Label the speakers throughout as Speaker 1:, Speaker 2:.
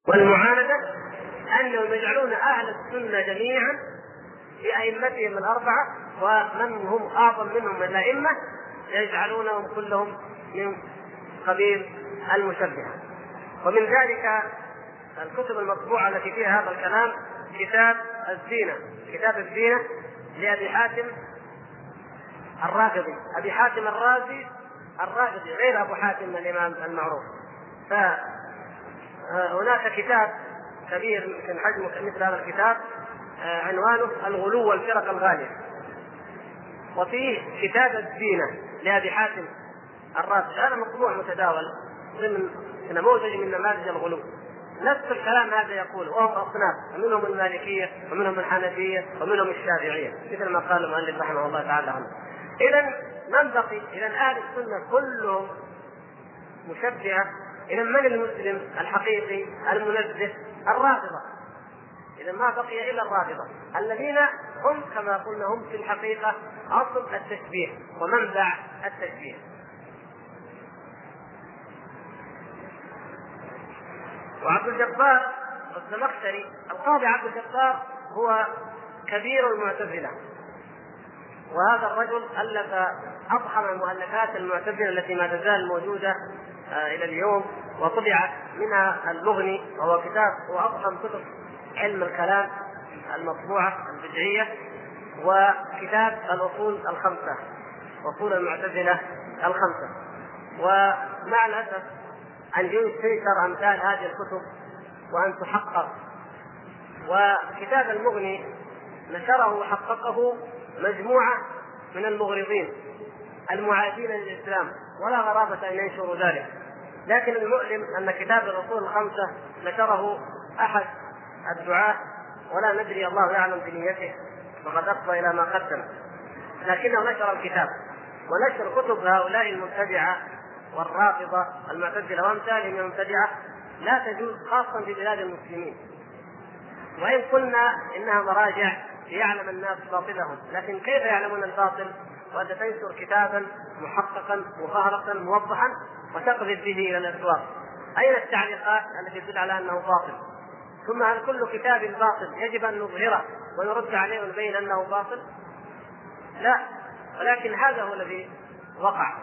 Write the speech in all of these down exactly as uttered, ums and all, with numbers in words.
Speaker 1: والمعاندة أنهم يجعلون أهل السنة جميعا بأئمتهم الأربعة، ومن هم أعظم منهم من الأئمة يجعلونهم كلهم من قبيل المشبهة. ومن ذلك الكتب المطبوعة التي فيها هذا الكلام كتاب الزينة، كتاب الزينة لأبي حاتم الرافضي، أبي حاتم الرازي الرافضي غير أبو حاتم الإمام المعروف. فهناك كتاب كبير يمكن حجمه مثل هذا الكتاب عنوانه الغلو والفرق الغالية، وفيه كتاب الزينة لأبي حاتم الرازي، هذا مطبوع متداول ضمن نموذج من نماذج الغلو. نفس الكلام هذا يقول، وهم أصناف، منهم المالكية ومنهم الحنفية ومنهم الشافعية، مثل ما قال المؤلف رحمه الله تعالى عنه. إذن من بقي؟ إذن أهل السنة كلهم مشبهة. إذن من المسلم الحقيقي المنزه؟ الرافضة. إذن ما بقي إلا الرافضة الذين هم كما قلنا هم في الحقيقة أصل التشبيه ومنبع التشبيه. وعبد الجبار الزمخشري، القاضي عبد الجبار هو كبير المعتزلة، وهذا الرجل ألف أضخم المؤلفات المعتزلة التي ما تزال موجودة إلى اليوم، وطبعت منها المغني وهو كتاب وأضخم كتب علم الكلام المطبوعة البدعية، وكتاب الأصول الخمسة، أصول المعتزلة الخمسة. ومع الأسف أن ينشر أمثال هذه الكتب وأن تحقق. وكتاب المغني نشره وحققه مجموعة من المغرضين المعادين للإسلام، ولا غرابة أن ينشروا ذلك. لكن المؤلم أن كتاب الأصول الخمسة نشره أحد الدعاة، ولا ندري، الله يعلم بنيته، وقد أفضى إلى ما قدم، لكنه نشر الكتاب. ونشر كتب هؤلاء المبتدعة والرافضة المعتزلة وأمثالهم المبتدعة لا تجوز، خاصة في بلاد المسلمين. وإن قلنا إنها مراجع ليعلم الناس باطلهم، لكن كيف يعلمون الباطل وأنت تنشر كتابا محققا مفهرسا موضحا وتقذف به إلى الأسواق؟ أين التعليقات التي تدل على أنه باطل؟ ثم هل كل كتاب باطل يجب أن نظهره ونرد عليه ونبين أنه باطل؟ لا، ولكن هذا هو الذي وقع.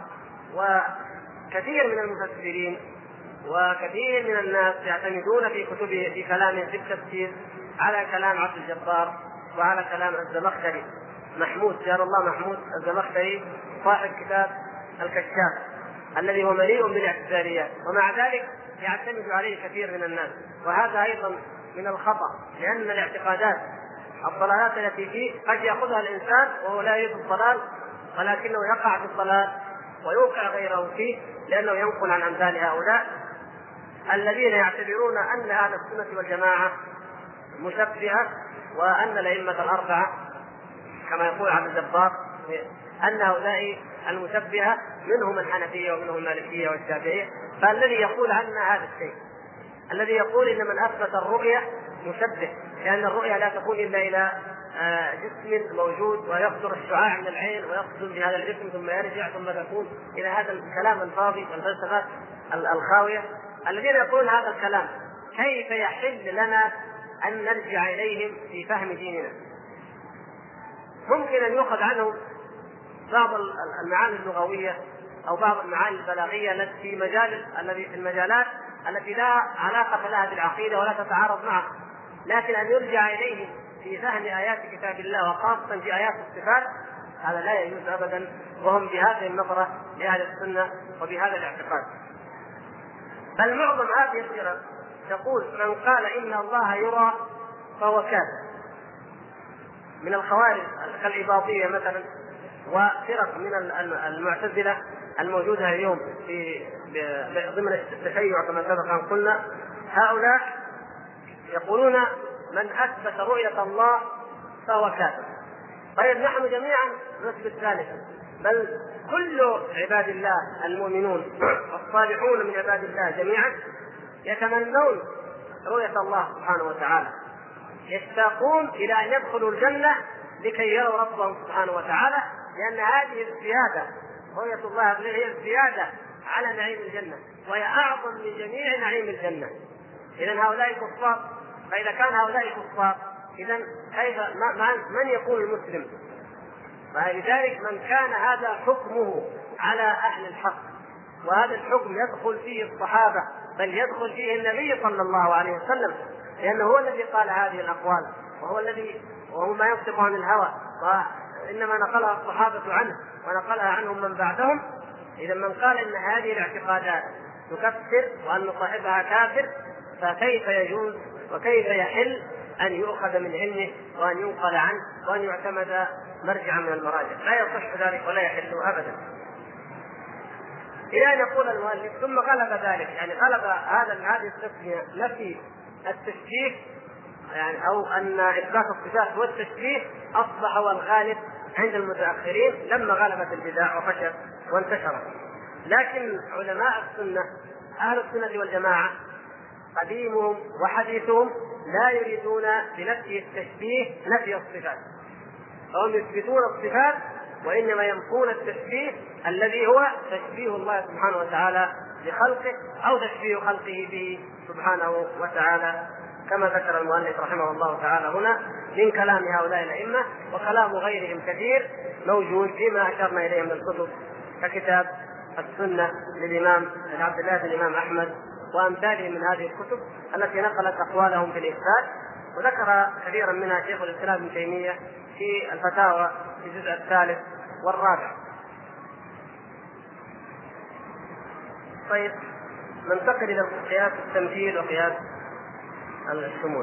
Speaker 1: وكثير من المفسرين وكثير من الناس يعتمدون في كتبه في كلامه في التفسير على كلام عبد الجبار وعلى كلام الزمخشري محمود، جار الله محمود الزمخشري صاحب كتاب الكشاف الذي هو مليء بالاعتزاليات، ومع ذلك يعتمد عليه كثير من الناس. وهذا أيضا من الخطأ، لأن الاعتقادات الضلالات التي فيه قد يأخذها الإنسان وهو لا يريد الضلال، ولكنه يقع في الضلال ويوقع غيره فيه، لأنه ينقل عن أمثال هؤلاء الذين يعتبرون أن أهل السنة والجماعة مشبهة، وأن الأئمة الأربعة كما يقول عبد الجبار أن هؤلاء المشبهة منهم الحنفية ومنهم المالكية والشافعية. فالذي يقول عنا هذا الشيء، الذي يقول إن من أثبت الرؤية مشبه، لأن الرؤية لا تكون إلا إلى جسم موجود ويقدر الشعاع من العين ويقصد بهذا الجسم ثم يرجع ثم تكون إلى هذا الكلام الفاضي والفلسفات الخاوية. الذين يقولون هذا الكلام كيف يحل لنا أن نرجع إليهم في فهم ديننا؟ ممكن أن يؤخذ عنهم بعض المعاني اللغوية أو بعض المعاني البلاغية التي في مجال الذي في المجالات التي لا علاقة لها بالعقيدة ولا تتعارض معها، لكن أن يرجع إليهم في فهم آيات كتاب الله وخاصة في آيات الصفات هذا لا يجوز أبدا، وهم بهذه النظرة لأهل السنة وبهذا الاعتقاد. بل معظم هذه الفرق تقول من قال إن الله يرى فهو كافر، من الخوارج كالإباضية مثلا وفرق من المعتزلة الموجودة اليوم في ضمن التشيع كما سبق أن قلنا، هؤلاء يقولون من أثبت رؤية الله فهو كافر. طيب نحن جميعا نثبت ذلك، بل كل عباد الله المؤمنون والصالحون من عباد الله جميعا يتمنون رؤية الله سبحانه وتعالى، يشتاقون إلى أن يدخلوا الجنة لكي يروا ربهم سبحانه وتعالى، لأن هذه الزيادة رؤية الله هي الزيادة على نعيم الجنة، وهي أعظم من جميع نعيم الجنة. إذا هؤلاء كفار. فإذا كان هؤلاء كفار إذا كيف من يكون المسلم؟ فلذلك من كان هذا حكمه على أهل الحق، وهذا الحكم يدخل فيه الصحابة بل يدخل فيه النبي صلى الله عليه وسلم، لأنه هو الذي قال هذه الأقوال، وهو الذي وهو ما ينطق عن الهوى، وإنما نقلها الصحابة عنه ونقلها عنهم من بعدهم. إذا من قال إن هذه الاعتقادات تكفر وأن صاحبها كافر، فكيف يجوز وكيف يحل أن يؤخذ من علمه وأن ينقل عنه وأن يعتمد مرجعا من المراجع؟ لا يصح ذلك ولا يحل أبدا. إلى أن يقول المؤلف ثم غلب ذلك، يعني غلب هذا هذه التسمية نفي التشبيه، يعني أو أن إثبات الصفات والتشبيه أصبح هو الغالب عند المتأخرين لما غلبت البدع وفشت وانتشرت. لكن علماء السنة أهل السنة والجماعة قديمهم وحديثهم لا يريدون بنفي التشبيه نفي الصفات، فهم يثبتون الصفات وإنما ينفون التشبيه الذي هو تشبيه الله سبحانه وتعالى لخلقه أو تشبيه خلقه به سبحانه وتعالى، كما ذكر المؤلف رحمه الله تعالى هنا من كلام هؤلاء الأئمة، وكلام غيرهم كثير موجود فيما أشرنا إليه من الكتب ككتاب السنة للإمام عبد الله بن الإمام أحمد وأمثاله من هذه الكتب التي نقلت أقوالهم في الإثبات، وذكر كثيرا منها شيخ الإسلام ابن تيمية في الفتاوى في الجزء الثالث والرابع. طيب ننتقل إلى قياس التمثيل وقياس الشمول.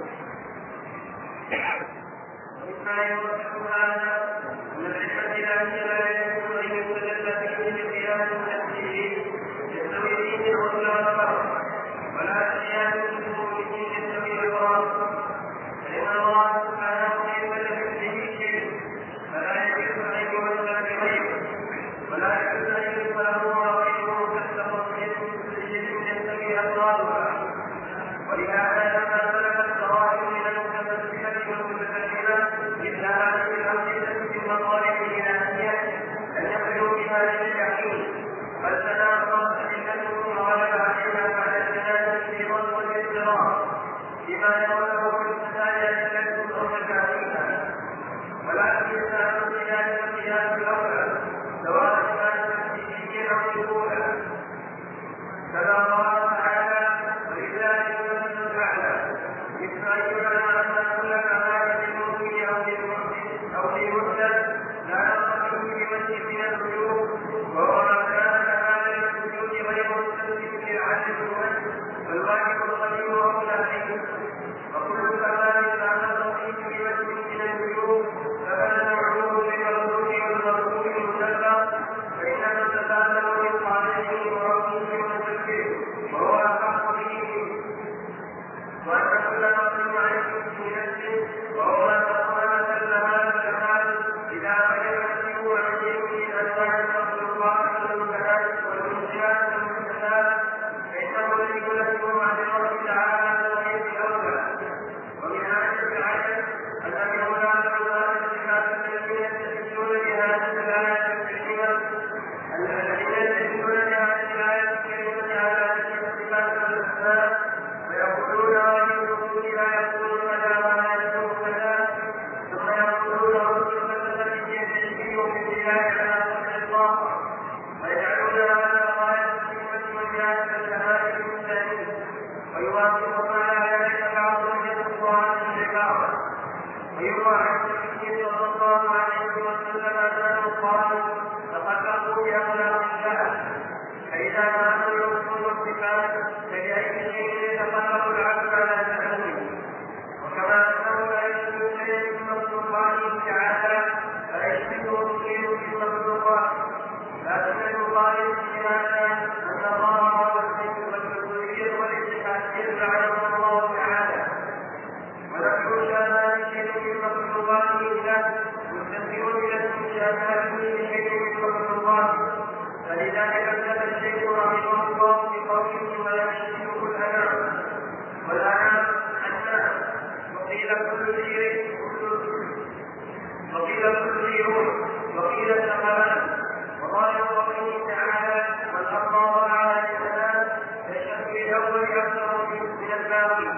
Speaker 2: الأول أكثر من الباقي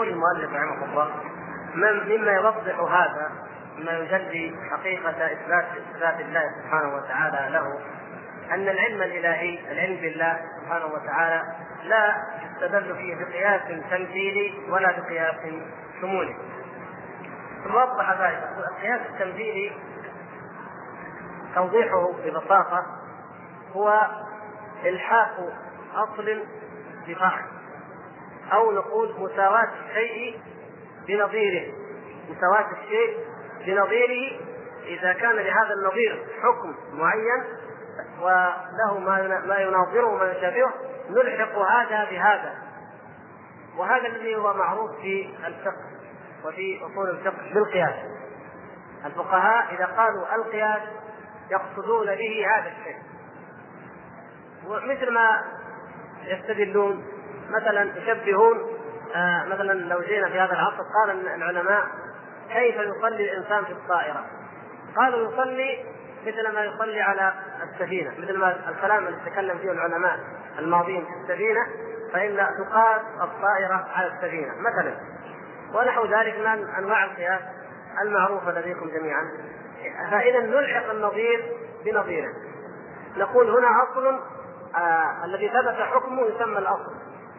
Speaker 1: المؤلف رحمه الله مما يوضح هذا، مما يجلي حقيقة إثبات إثبات الله سبحانه وتعالى له، أن العلم الإلهي، العلم بالله سبحانه وتعالى، لا يستدل فيه بقياس تمثيلي ولا بقياس شمولي. ثم وضح ذلك. القياس التمثيلي توضيحه ببساطة هو إلحاق أصل بفرع، أو نقول مساواة الشيء بنظيره، مساواة الشيء بنظيره إذا كان لهذا النظير حكم معين وله ما يناظره ما يشابهه نلحق هذا بهذا. وهذا الذي هو معروف في الفقه وفي أصول الفقه بالقياس. الفقهاء إذا قالوا القياس يقصدون به هذا الشيء، ومثل ما يستدلون مثلا يشبهون آه مثلا لو جينا في هذا العصر قال العلماء كيف يصلي الإنسان في الطائرة؟ قالوا يصلي مثل ما يصلي على السفينة، مثل ما الكلام اللي تكلم فيه العلماء الماضيين في السفينة، فإن تقاس الطائرة على السفينة مثلا، ونحو ذلك من أنواع القياس المعروفة لديكم جميعا. فإذا نلحق النظير بنظيره، نقول هنا أصل آه الذي ثبت حكمه يسمى الأصل،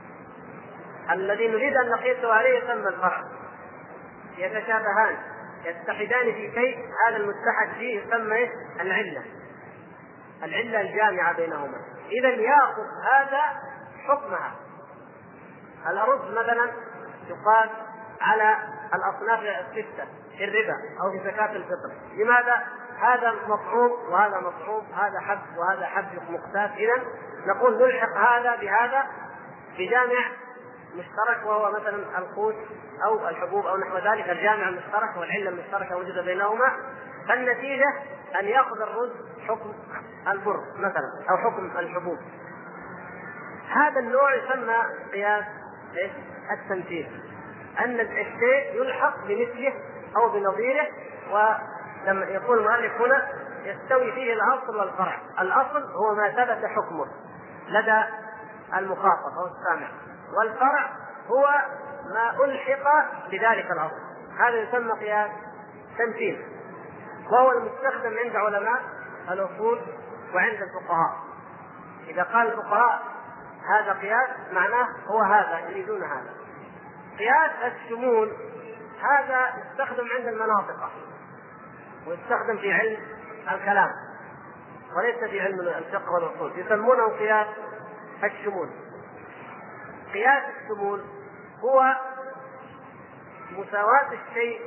Speaker 1: الذي نريد أن نقيسه عليه يسمى الفرع، يتشابهان يتحدان في شيء، هذا المتحد فيه يسمى العلة، العلة الجامعة بينهما. إذا يأخذ هذا حكمها. الأرز مثلا يقاس على الأصناف الستة في الربا أو في زكاة الفطر. لماذا؟ هذا مطعوم وهذا مطعوم، هذا حب وهذا حب مقتات. إذن نقول نلحق هذا بهذا بجامع مشترك، وهو مثلا القوت أو الحبوب أو نحو ذلك، الجامع المشترك والعلة المشتركة موجودة بينهما. فالنتيجة أن يأخذ الرز حكم البر مثلا أو حكم الحبوب. هذا النوع يسمى قياس التمثيل، أن الشيء يلحق بمثله أو بنظيره. ولما يقول المؤلف هنا يستوي فيه الأصل والفرع. الأصل هو ما ثبت حكمه لدى المخاطب أو السامع، والفرع هو ما ألحق بذلك الأصل. هذا يسمى قياس تمثيل، وهو المستخدم عند علماء الأصول وعند الفقهاء. إذا قال الفقهاء هذا قياس معناه هو هذا، يريدون هذا. قياس الشمول هذا يستخدم عند المناطق ويستخدم في علم الكلام وليس في علم الفقه والأصول، يسمونه قياس الشمول. قياس الشمول هو مساواة الشيء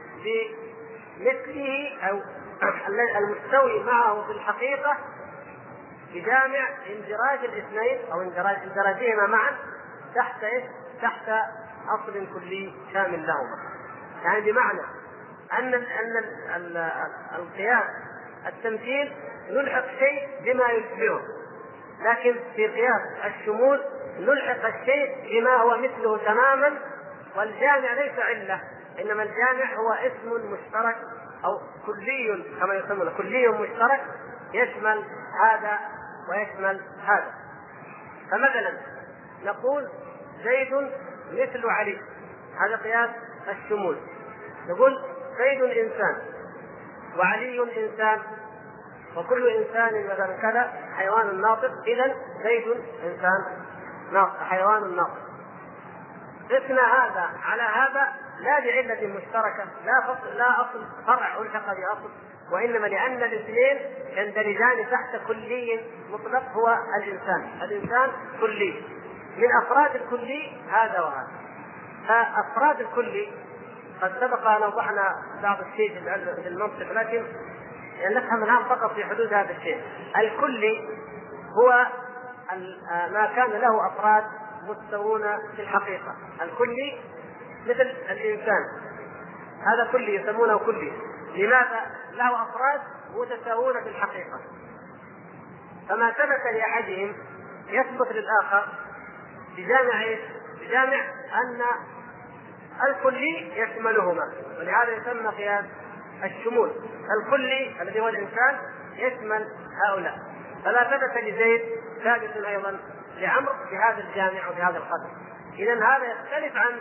Speaker 1: بمثله أو المستوي معه في الحقيقة بجامع اندراج الاثنين أو اندراج اندراجهما معا تحت إيه؟ تحت أصل كلي شامل لهما. يعني بمعنى أن أن القياس التمثيل نلحق شيء بما يشبهه، لكن في قياس الشمول نلحق الشيء بما هو مثله تماما، والجامع ليس علة، إنما الجامع هو اسم مشترك أو كلي كما يسمونه، كلي مشترك يشمل هذا ويشمل هذا. فمثلا نقول زيد مثل علي، هذا قياس الشمول. نقول زيد إنسان وعلي إنسان وكل إنسان مثلا كذا حيوان ناطق، إذن زيد إنسان ناطق حيوان ناطق. قسنا هذا على هذا لا بعلة مشتركة، لا فصل لا أصل فرع ألحق بأصل، وإنما لأن الاثنين يندرجان تحت كلي مطلق هو الإنسان. الإنسان كلي من أفراد الكلي هذا وهذا. فأفراد الكلي قد سبق أن وضحنا بعض الشيء في المنطق، لكن نفهم الآن فقط في حدود هذا الشيء. الكلي هو ما كان له أفراد مستوون في الحقيقة. الكلي مثل الإنسان، هذا كلي يسمونه كلي. لماذا؟ له أفراد متساوون في الحقيقة، فما ثبت لأحدهم يثبت للآخر بجامع إيش؟ بجامع أن الكلي يشملهما، ولهذا يسمى قياس الشمول. الكلي الذي هو الإنسان يشمل هؤلاء، فلا ثبت لزيد ثابت أيضا لعمرو بهذا الجامع وبهذا القدر. إذن هذا يختلف عن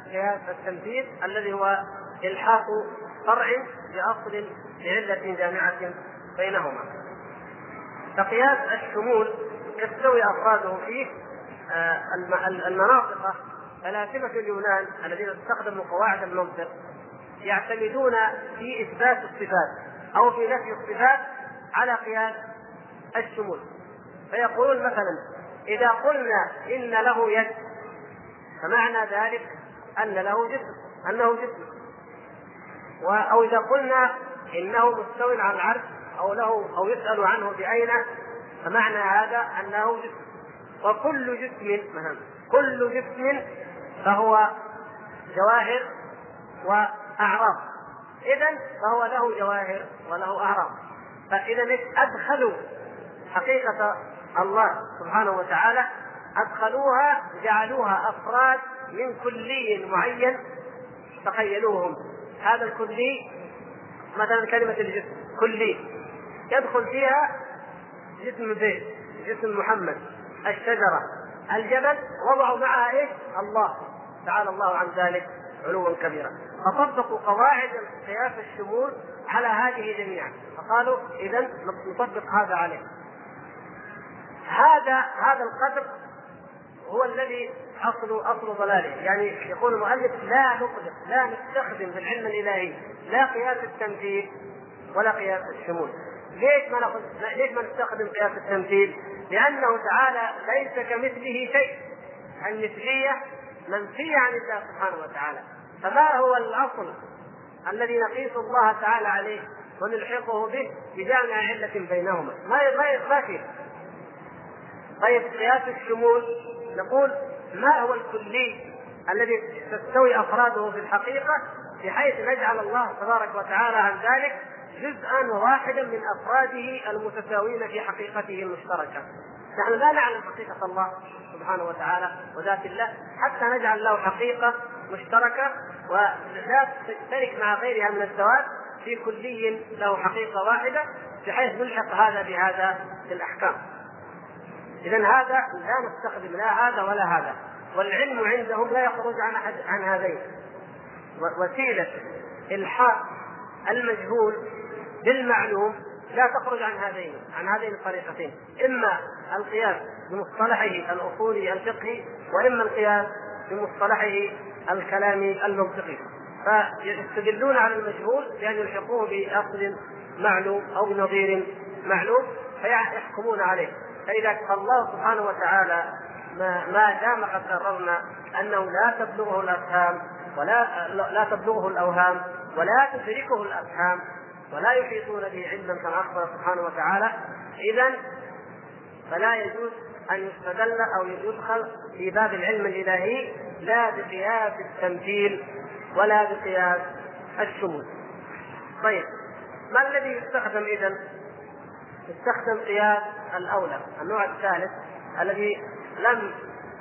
Speaker 1: قياس التمثيل الذي هو إلحاق فرع بأصل لعلة جامعة بينهما. فقياس الشمول يستوي أفراده فيه المناطق. فلاسفة اليونان الذين استخدموا قواعد المنطق يعتمدون في إثبات الصفات أو في نفي الصفات على قياس الشمول. فيقولون مثلا إذا قلنا إن له يد فمعنى ذلك أن له جسم أنه جسم، أو إذا قلنا إنه مستوٍ على العرش أو له أو يسأل عنه بأين فمعنى هذا أنه جسم. وكل جسم مثلا كل جسم فهو جواهر وأعراض، إذن فهو له جواهر وله أعراض. فإذا أدخلوا حقيقة الله سبحانه وتعالى أدخلوها جعلوها أفراد من كلي معين. تخيلوهم هذا الكلي مثلا كلمة الجسم كلي يدخل فيها جسم زيد، جسم محمد، الشجرة، الجبل، وضعوا معها إيش؟ الله تعالى الله عن ذلك علوا كبيرا. فطبقوا قواعد قياس الشمول على هذه جميعا، فقالوا إذن نطبق هذا عليه. هذا هذا القدر هو الذي أصل أصل ضلاله. يعني يقول المؤلف لا نطلق لا نستخدم في العلم الإلهي لا قياس التمثيل ولا قياس الشمول. ليش ما نأخذ ليش ما نستخدم قياس التمثيل؟ لأنه تعالى ليس كمثله شيء. المثلية منفية عن الله سبحانه وتعالى. فما هو الأصل الذي نقيس الله تعالى عليه ونلحقه به بجامع علة بينهما؟ ما ما فيه. طيب قياس الشمول نقول ما هو الكلي الذي تستوي أفراده في الحقيقة بحيث نجعل الله تبارك وتعالى عن ذلك جزءا واحدا من أفراده المتساوين في حقيقته المشتركة. نحن لا نعلم حقيقة الله سبحانه وتعالى وذات الله حتى نجعل له حقيقة مشتركة ولا تشترك مع غيرها من الذوات في كلي له حقيقة واحدة بحيث نلحق هذا بهذا في الأحكام. إذن هذا لا نستخدم لا هذا ولا هذا. والعلم عندهم لا يخرج عن أحد عن هذين. وسيلة الحاق المجهول بالمعلوم لا تخرج عن هذين عن هذين الطريقتين، إما القياس بمصطلحه الأصولي الفقهي وإما القياس بمصطلحه الكلامي المنطقي. فيستدلون على المجهول بأن يلحقوه بأصل معلوم أو بنظير معلوم فيحكمون عليه. فإذا الله سبحانه وتعالى ما, ما دام قد قررنا أنه لا تبلغه الأفهام ولا لا تبلغه الأوهام ولا تدركه الأفهام ولا يحيطون به علما كما أخبر سبحانه وتعالى، إذن فلا يجوز أن يستدل أو يدخل في باب العلم الإلهي لا بقياس التمثيل ولا بقياس الشمول. طيب ما الذي يستخدم إذن؟ يستخدم قياس الأولى النوع الثالث الذي لم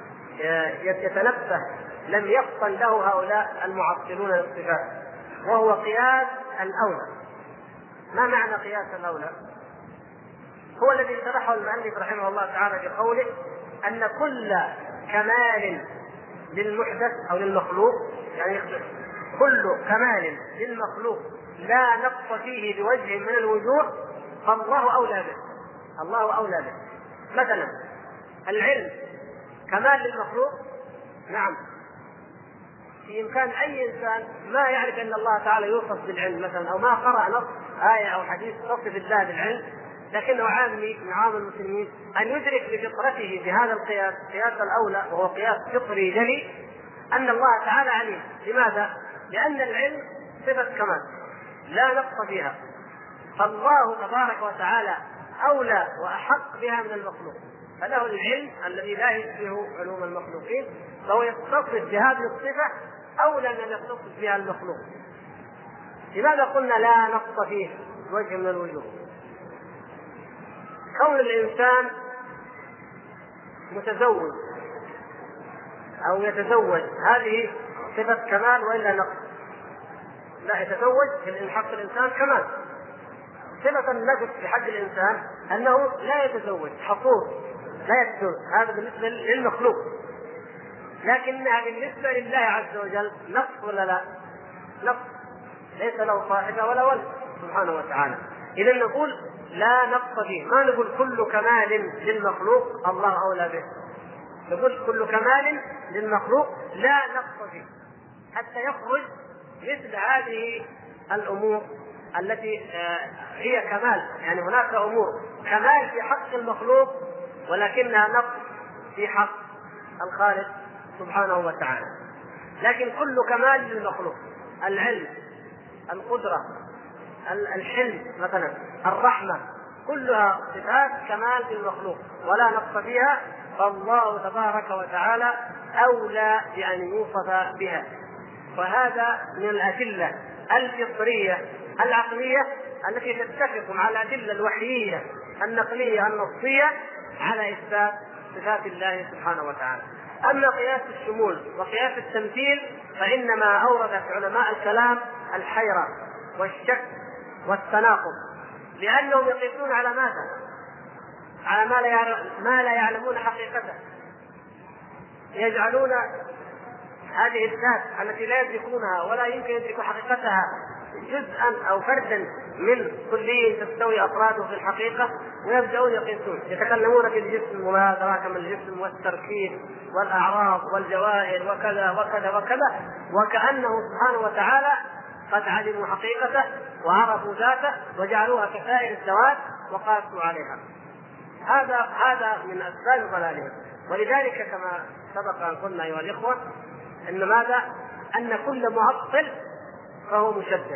Speaker 1: يتنبه لم يفطن له هؤلاء المعطلون للصفات، وهو قياس الأولى. ما معنى قياس الأولى؟ هو الذي شرحه المؤلف رحمه الله تعالى بقوله أن كل كمال للمحدث أو للمخلوق، يعني كل كمال للمخلوق لا نقص فيه بوجه من الوجوه فالله أولى به. الله أولى به. مثلا العلم كمال للمخلوق، نعم، في إمكان أي إنسان ما يعرف أن الله تعالى يوصف بالعلم مثلا أو ما قرأ نص آية أو حديث تصف الله بالعلم، لكنه عامي من عام المسلمين أن يدرك بفطرته بهذا القياس قياس الأولى وهو قياس فطري جلي أن الله تعالى عليم. لماذا؟ لأن العلم صفة كمال لا نقص فيها، فالله تبارك وتعالى أولى وأحق بها من المخلوق، فله العلم الذي لا يشبه علوم المخلوقين، فهو يتصف بهذه الصفة أولى من يتصف بها المخلوق. لماذا قلنا لا نقص فيه بوجه من الوجوه؟ كون الإنسان متزوج أو يتزوج هذه صفة كمال وإلا نقص؟ لا، يتزوج في حق الإنسان كمال. صفة النقص في حق الإنسان أنه لا يتزوج، حقوق لا يتزوج، هذا بالنسبة للمخلوق. لكنها بالنسبة لله عز وجل نقص ولا لا؟ نقص، ليس له صاحبة ولا ولد سبحانه وتعالى. إذا نقول لا نقص فيه، ما نقول كل كمال للمخلوق الله أولى به، نقول كل كمال للمخلوق لا نقص فيه، حتى يخرج مثل هذه الأمور التي هي كمال. يعني هناك أمور كمال في حق المخلوق ولكنها نقص في حق الخالق سبحانه وتعالى. لكن كل كمال للمخلوق، العلم، القدرة، الحلم مثلا، الرحمة، كلها صفات كمال للمخلوق ولا نقص فيها، فالله تبارك وتعالى أولى بأن يوصف بها. وهذا من الأدلة الفطرية العقلية التي تتفق مع الأدلة الوحيية النقلية النصية على إثبات صفات الله سبحانه وتعالى. أما قياس الشمول وقياس التمثيل فإنما أوردت علماء الكلام الحيرة والشك والتناقض، لأنهم يقيسون على ماذا؟ على ما لا يعلم ما لا يعلمون حقيقته. يجعلون هذه الذات التي لا يدركونها ولا يمكن يدركوا حقيقتها جزءا أو فردا من كلية تستوي أفراده في الحقيقة، ويبدأون يقيسون، يتكلمون في الجسم وما أدراك ما الجسم والتركيب والأعراض والجواهر وكذا وكذا وكذا، وكأنه سبحانه وتعالى قد علموا حقيقته وعرفوا ذاته وجعلوها كسائر الذوات وقاسوا عليها. هذا هذا من أسباب ضلالهم. ولذلك كما سبق أن قلنا أيها الإخوة أن ماذا؟ أن كل معطل فهو مشبه،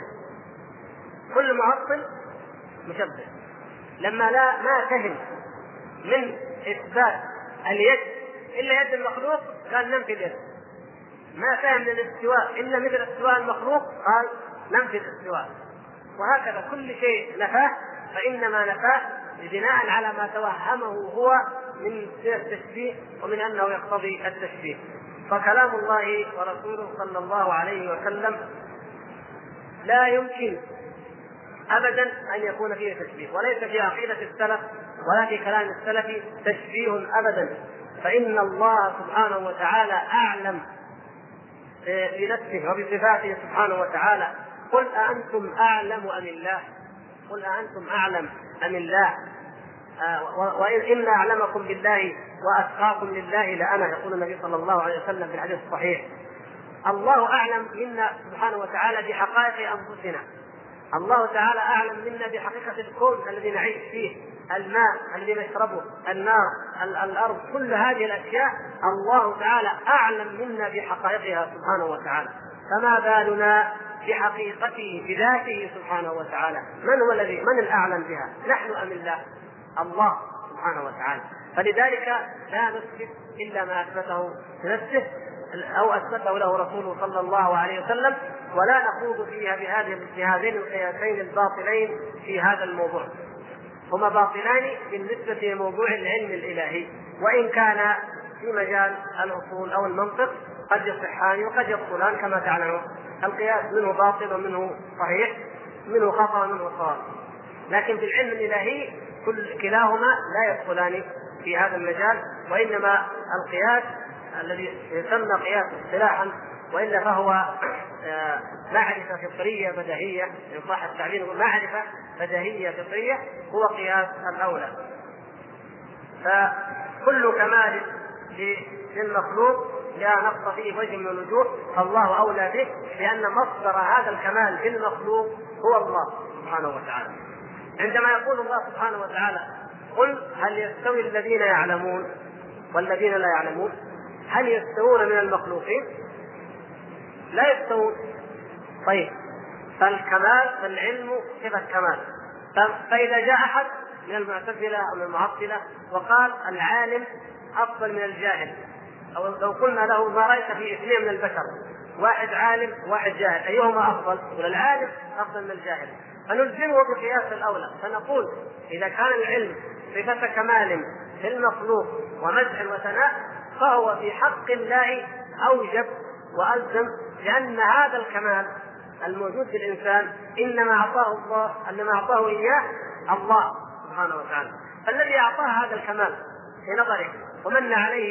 Speaker 1: كل معطل مشبه. لما لا ما فهم من إثبات اليد إلا يد المخلوق قال ننفي اليد، ما فهم من الاستواء إلا مثل استواء المخلوق قال ننفي الاستواء، وهكذا كل شيء نفاه فإنما نفاه بناء على ما توهمه هو من التشبيه ومن أنه يقتضي التشبيه. فكلام الله ورسوله صلى الله عليه وسلم لا يمكن أبدا أن يكون فيه تشبيه، وليس في عقيدة السلف ولا في كلام السلف تشبيه أبدا، فإن الله سبحانه وتعالى أعلم بنفسه وبصفاته سبحانه وتعالى. قل أأنتم أعلم أم الله؟ قل أأنتم أعلم أم الله؟ آه وإن أعلمكم بالله وأتقاكم لله لأنا، يقول النبي صلى الله عليه وسلم في الحديث الصحيح. الله أعلم منا سبحانه وتعالى بحقائق أنفسنا، الله تعالى أعلم منا بحقيقة الكون الذي نعيش فيه، الماء الذي نشربه، النار، الأرض، كل هذه الأشياء الله تعالى أعلم منا بحقائقها سبحانه وتعالى، فما بالنا بحقيقته بذاته سبحانه وتعالى؟ من هو الذي من الأعلم بها، نحن أم الله؟ الله سبحانه وتعالى. فلذلك لا نثبت إلا ما أثبته لنفسه أو أثبته له رسوله صلى الله عليه وسلم، ولا نخوض فيها بهذين القياسين الباطلين في هذا الموضوع. هما باطلان بالنسبة لموضوع العلم الإلهي، وإن كان في مجال الأصول أو المنطق قد يصحان وقد يبطلان كما تعلمون. القياس منه باطل ومنه صحيح، منه خطأ ومنه صواب، لكن في العلم الإلهي كل كلاهما لا يدخلان في هذا المجال، وإنما القياس الذي يسمى قياس اصطلاحا وإلا فهو معرفة فطرية بديهية، إن صح التعبير معرفة بديهية فطرية، هو قياس الأولى. فكل كمال للمخلوق لا نقص فيه وجه من الوجوه، فالله أولى به، لأن مصدر هذا الكمال للمخلوق هو الله سبحانه وتعالى. عندما يقول الله سبحانه وتعالى قل هل يستوي الذين يعلمون والذين لا يعلمون، هل يستوون من المخلوقين؟ لا يستوون. طيب فالكمال فالعلم صفة كمال، فإذا جاء أحد من المعتزلة أو من المعطلة وقال العالم أفضل من الجاهل، أو لو قلنا له ما رأيت في اثنين من البشر، واحد عالم وواحد جاهل، أيهما أفضل؟ يقول العالم أفضل من الجاهل، فنلزمه بقياس الأولى، فنقول إذا كان العلم صفة كمال في المخلوق ومدح وثناء فهو في حق الله أوجب وألزم، لأن هذا الكمال الموجود في الإنسان إنما أعطاه الله، إنما أعطاه إياه الله سبحانه وتعالى. فالذي أعطاه هذا الكمال في نظره ومن عليه به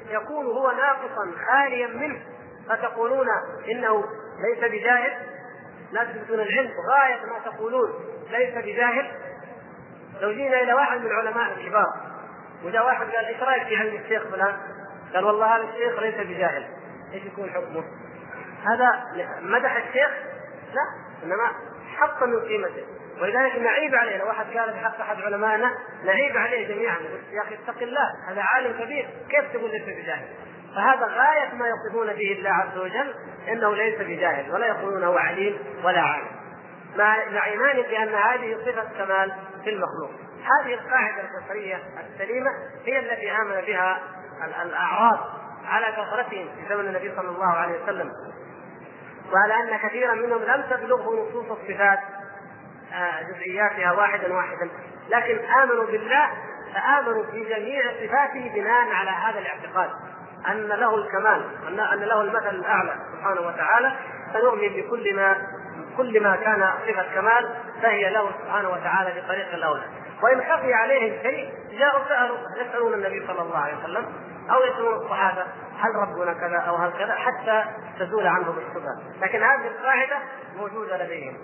Speaker 1: يكون هو ناقصا خاليا منه فتقولون إنه ليس بجاهل؟ لا تثبتون العلم غاية ما تقولون ليس بجاهل. لو جينا إلى واحد من العلماء الكبار وجاء واحد قال إيش رأيك في علم الشيخ فلان؟ قال والله هذا الشيخ ليس بجاهل، إيش يكون حكمه؟ هذا مدح الشيخ؟ لا، إنما حط من قيمته. ولذلك نعيب عليه لو واحد قال بحق أحد علمائنا، نعيب عليه جميعا نقول يا أخي اتق الله، هذا عالم كبير كيف تقول ليس بجاهل؟ فهذا غاية ما يصفون به الله عز وجل إنه ليس بجاهل، ولا يقولون هو عليم ولا عالم، مع إيمان بأن هذه صفة كمال في المخلوق. هذه القاعدة الفطرية السليمة هي التي آمن بها الأعراب على كثرتهم في زمن النبي صلى الله عليه وسلم، وعلى أن كثيرا منهم لم تبلغه نصوص الصفات جزئياتها واحدا واحدا، لكن آمنوا بالله فآمنوا في جميع صفاته بناء على هذا الاعتقاد أن له الكمال، أن له المثل الأعلى سبحانه وتعالى، فنؤمن بكل ما كل ما كان صفة كمال فهي له سبحانه وتعالى بطريق الأولى. وإن خفي عليهم شيء جاءوا سألوا يسألون النبي صلى الله عليه وسلم أو يسألون الصحابة هل ربنا كذا أو هل كذا حتى تزول عنهم الشبهة، لكن هذه القاعدة موجودة لديهم.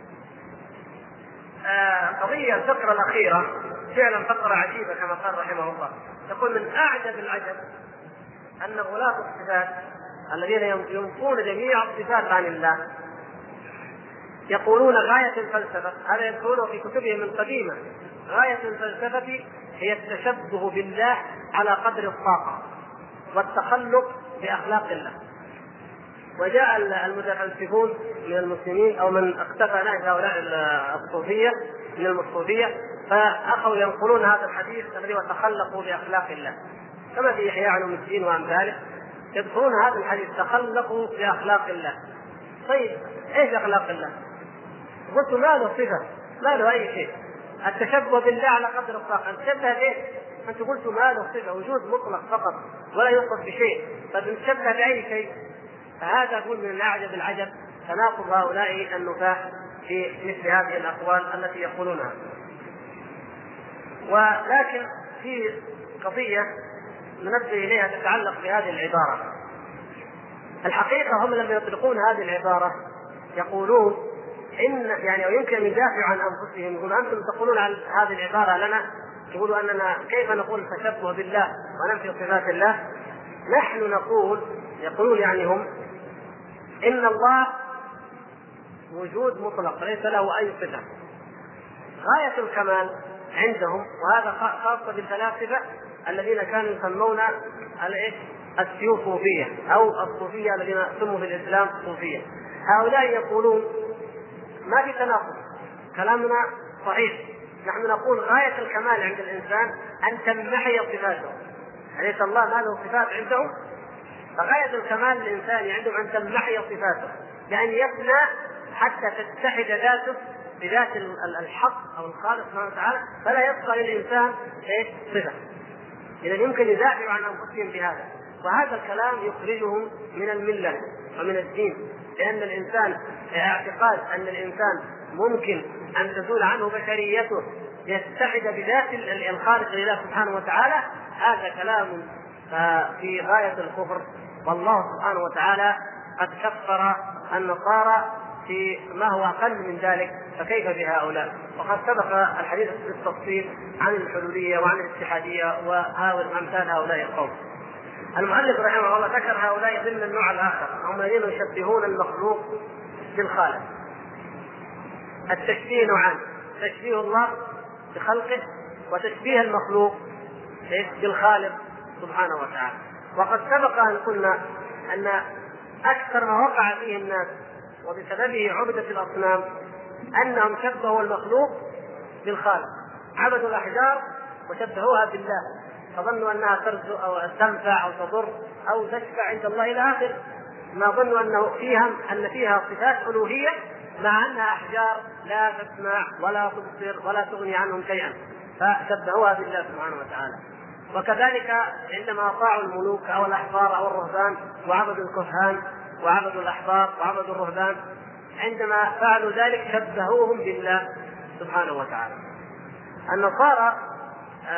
Speaker 1: آه قضية الفقرة الأخيرة فعلا فقرة عجيبة كما قال رحمه الله، يقول من أعجب العجب أن غلاة الصفات الذين ينفون جميع الصفات عن الله يقولون غاية الفلسفة، هذا يذكرونه في كتبهم القديمة، غاية الفلسفة هي التشبه بالله على قدر الطاقة والتخلق بأخلاق الله. وجاء المتفلسفون من المسلمين أو من اقتفى نهج هؤلاء الصوفية من الصوفية فأخذوا ينقلون هذا الحديث الذي وتخلقوا بأخلاق الله، كما في إحياء علوم الدين وأمثاله يذكرون هذا الحديث تخلقوا بأخلاق الله. طيب إيش أخلاق الله؟ قلت ما له صفة، ما له أي شيء، التشبه بالله على قدر الطاقة، نتشبه به؟ أنت قلت ما له صفة، وجود مطلق فقط ولا يوصف بشيء، فنتشبه بأي شيء؟ فهذا أقول من أعجب العجب تناقض هؤلاء النفاة في مثل هذه الأقوال التي يقولونها. ولكن في قضية ننبه إليها تتعلق بهذه العبارة. الحقيقة هم لما يطلقون هذه العبارة يقولون إن يعني يمكن أن يدافعوا عن أنفسهم، يقولوا أنتم تقولون عن هذه العبارة لنا، يقولوا أننا كيف نقول تشبه بالله وننفي صفات الله؟ نحن نقول، يقولون يعني هم، إن الله وجود مطلق ليس له أي صفة، غاية الكمال عندهم، وهذا خاصة بالفلاسفة الذين كانوا يسمون السيوفوفية أو الصوفية الذين سموا في الإسلام صوفية. هؤلاء يقولون ما في تناقض، كلامنا صحيح، نحن نقول غاية الكمال عند الإنسان أن تمحي صفاته، أليس الله ما له صفات عندهم؟ فغاية الكمال للإنسان عندهم أن تمحي صفاته، لأن يفنى حتى تتحد ذاته بذات الحق أو الخالق سبحانه وتعالى، فلا يبقى للإنسان صفة. إذا يمكن يدافعوا عن أنفسهم بهذا، وهذا الكلام يخرجهم من الملة ومن الدين، لأن الإنسان اعتقاد أن الإنسان ممكن أن تزول عنه بشريته يتحد بذات الخالق لله سبحانه وتعالى، هذا كلام في غاية الكفر. والله سبحانه وتعالى قد كفر النصارى في ما هو أقل من ذلك، فكيف بهؤلاء؟ وقد سبق الحديث بالتفصيل عن الحلولية وعن الاتحادية وأمثال هؤلاء القوم. المؤلف رحمه الله ذكر هؤلاء ضمن النوع الآخر، هم الذين يشبهون المخلوق بالخالق. التشبيه نوعان، تشبيه الله بخلقه وتشبيه المخلوق بالخالق سبحانه وتعالى. وقد سبق أن قلنا أن أكثر ما وقع فيه الناس وبسببه عبدة الأصنام أنهم شبهوا المخلوق بالخالق، عبدوا الأحجار وشبهوها بالله، فظنوا أنها ترزق أو تنفع أو تضر أو تشفع عند الله إلى آخر ما ظنوا أنه فيها أن فيها صفات ألوهية، مع أنها أحجار لا تسمع ولا تبصر ولا تغني عنهم شيئا، فشبهوها بالله سبحانه وتعالى. وكذلك عندما أطاعوا الملوك أو الأحبار أو الرهبان وعبدوا الكهان وعبدوا الأحبار وعبدوا الرهبان، عندما فعلوا ذلك شبهوهم بالله سبحانه وتعالى. النصارى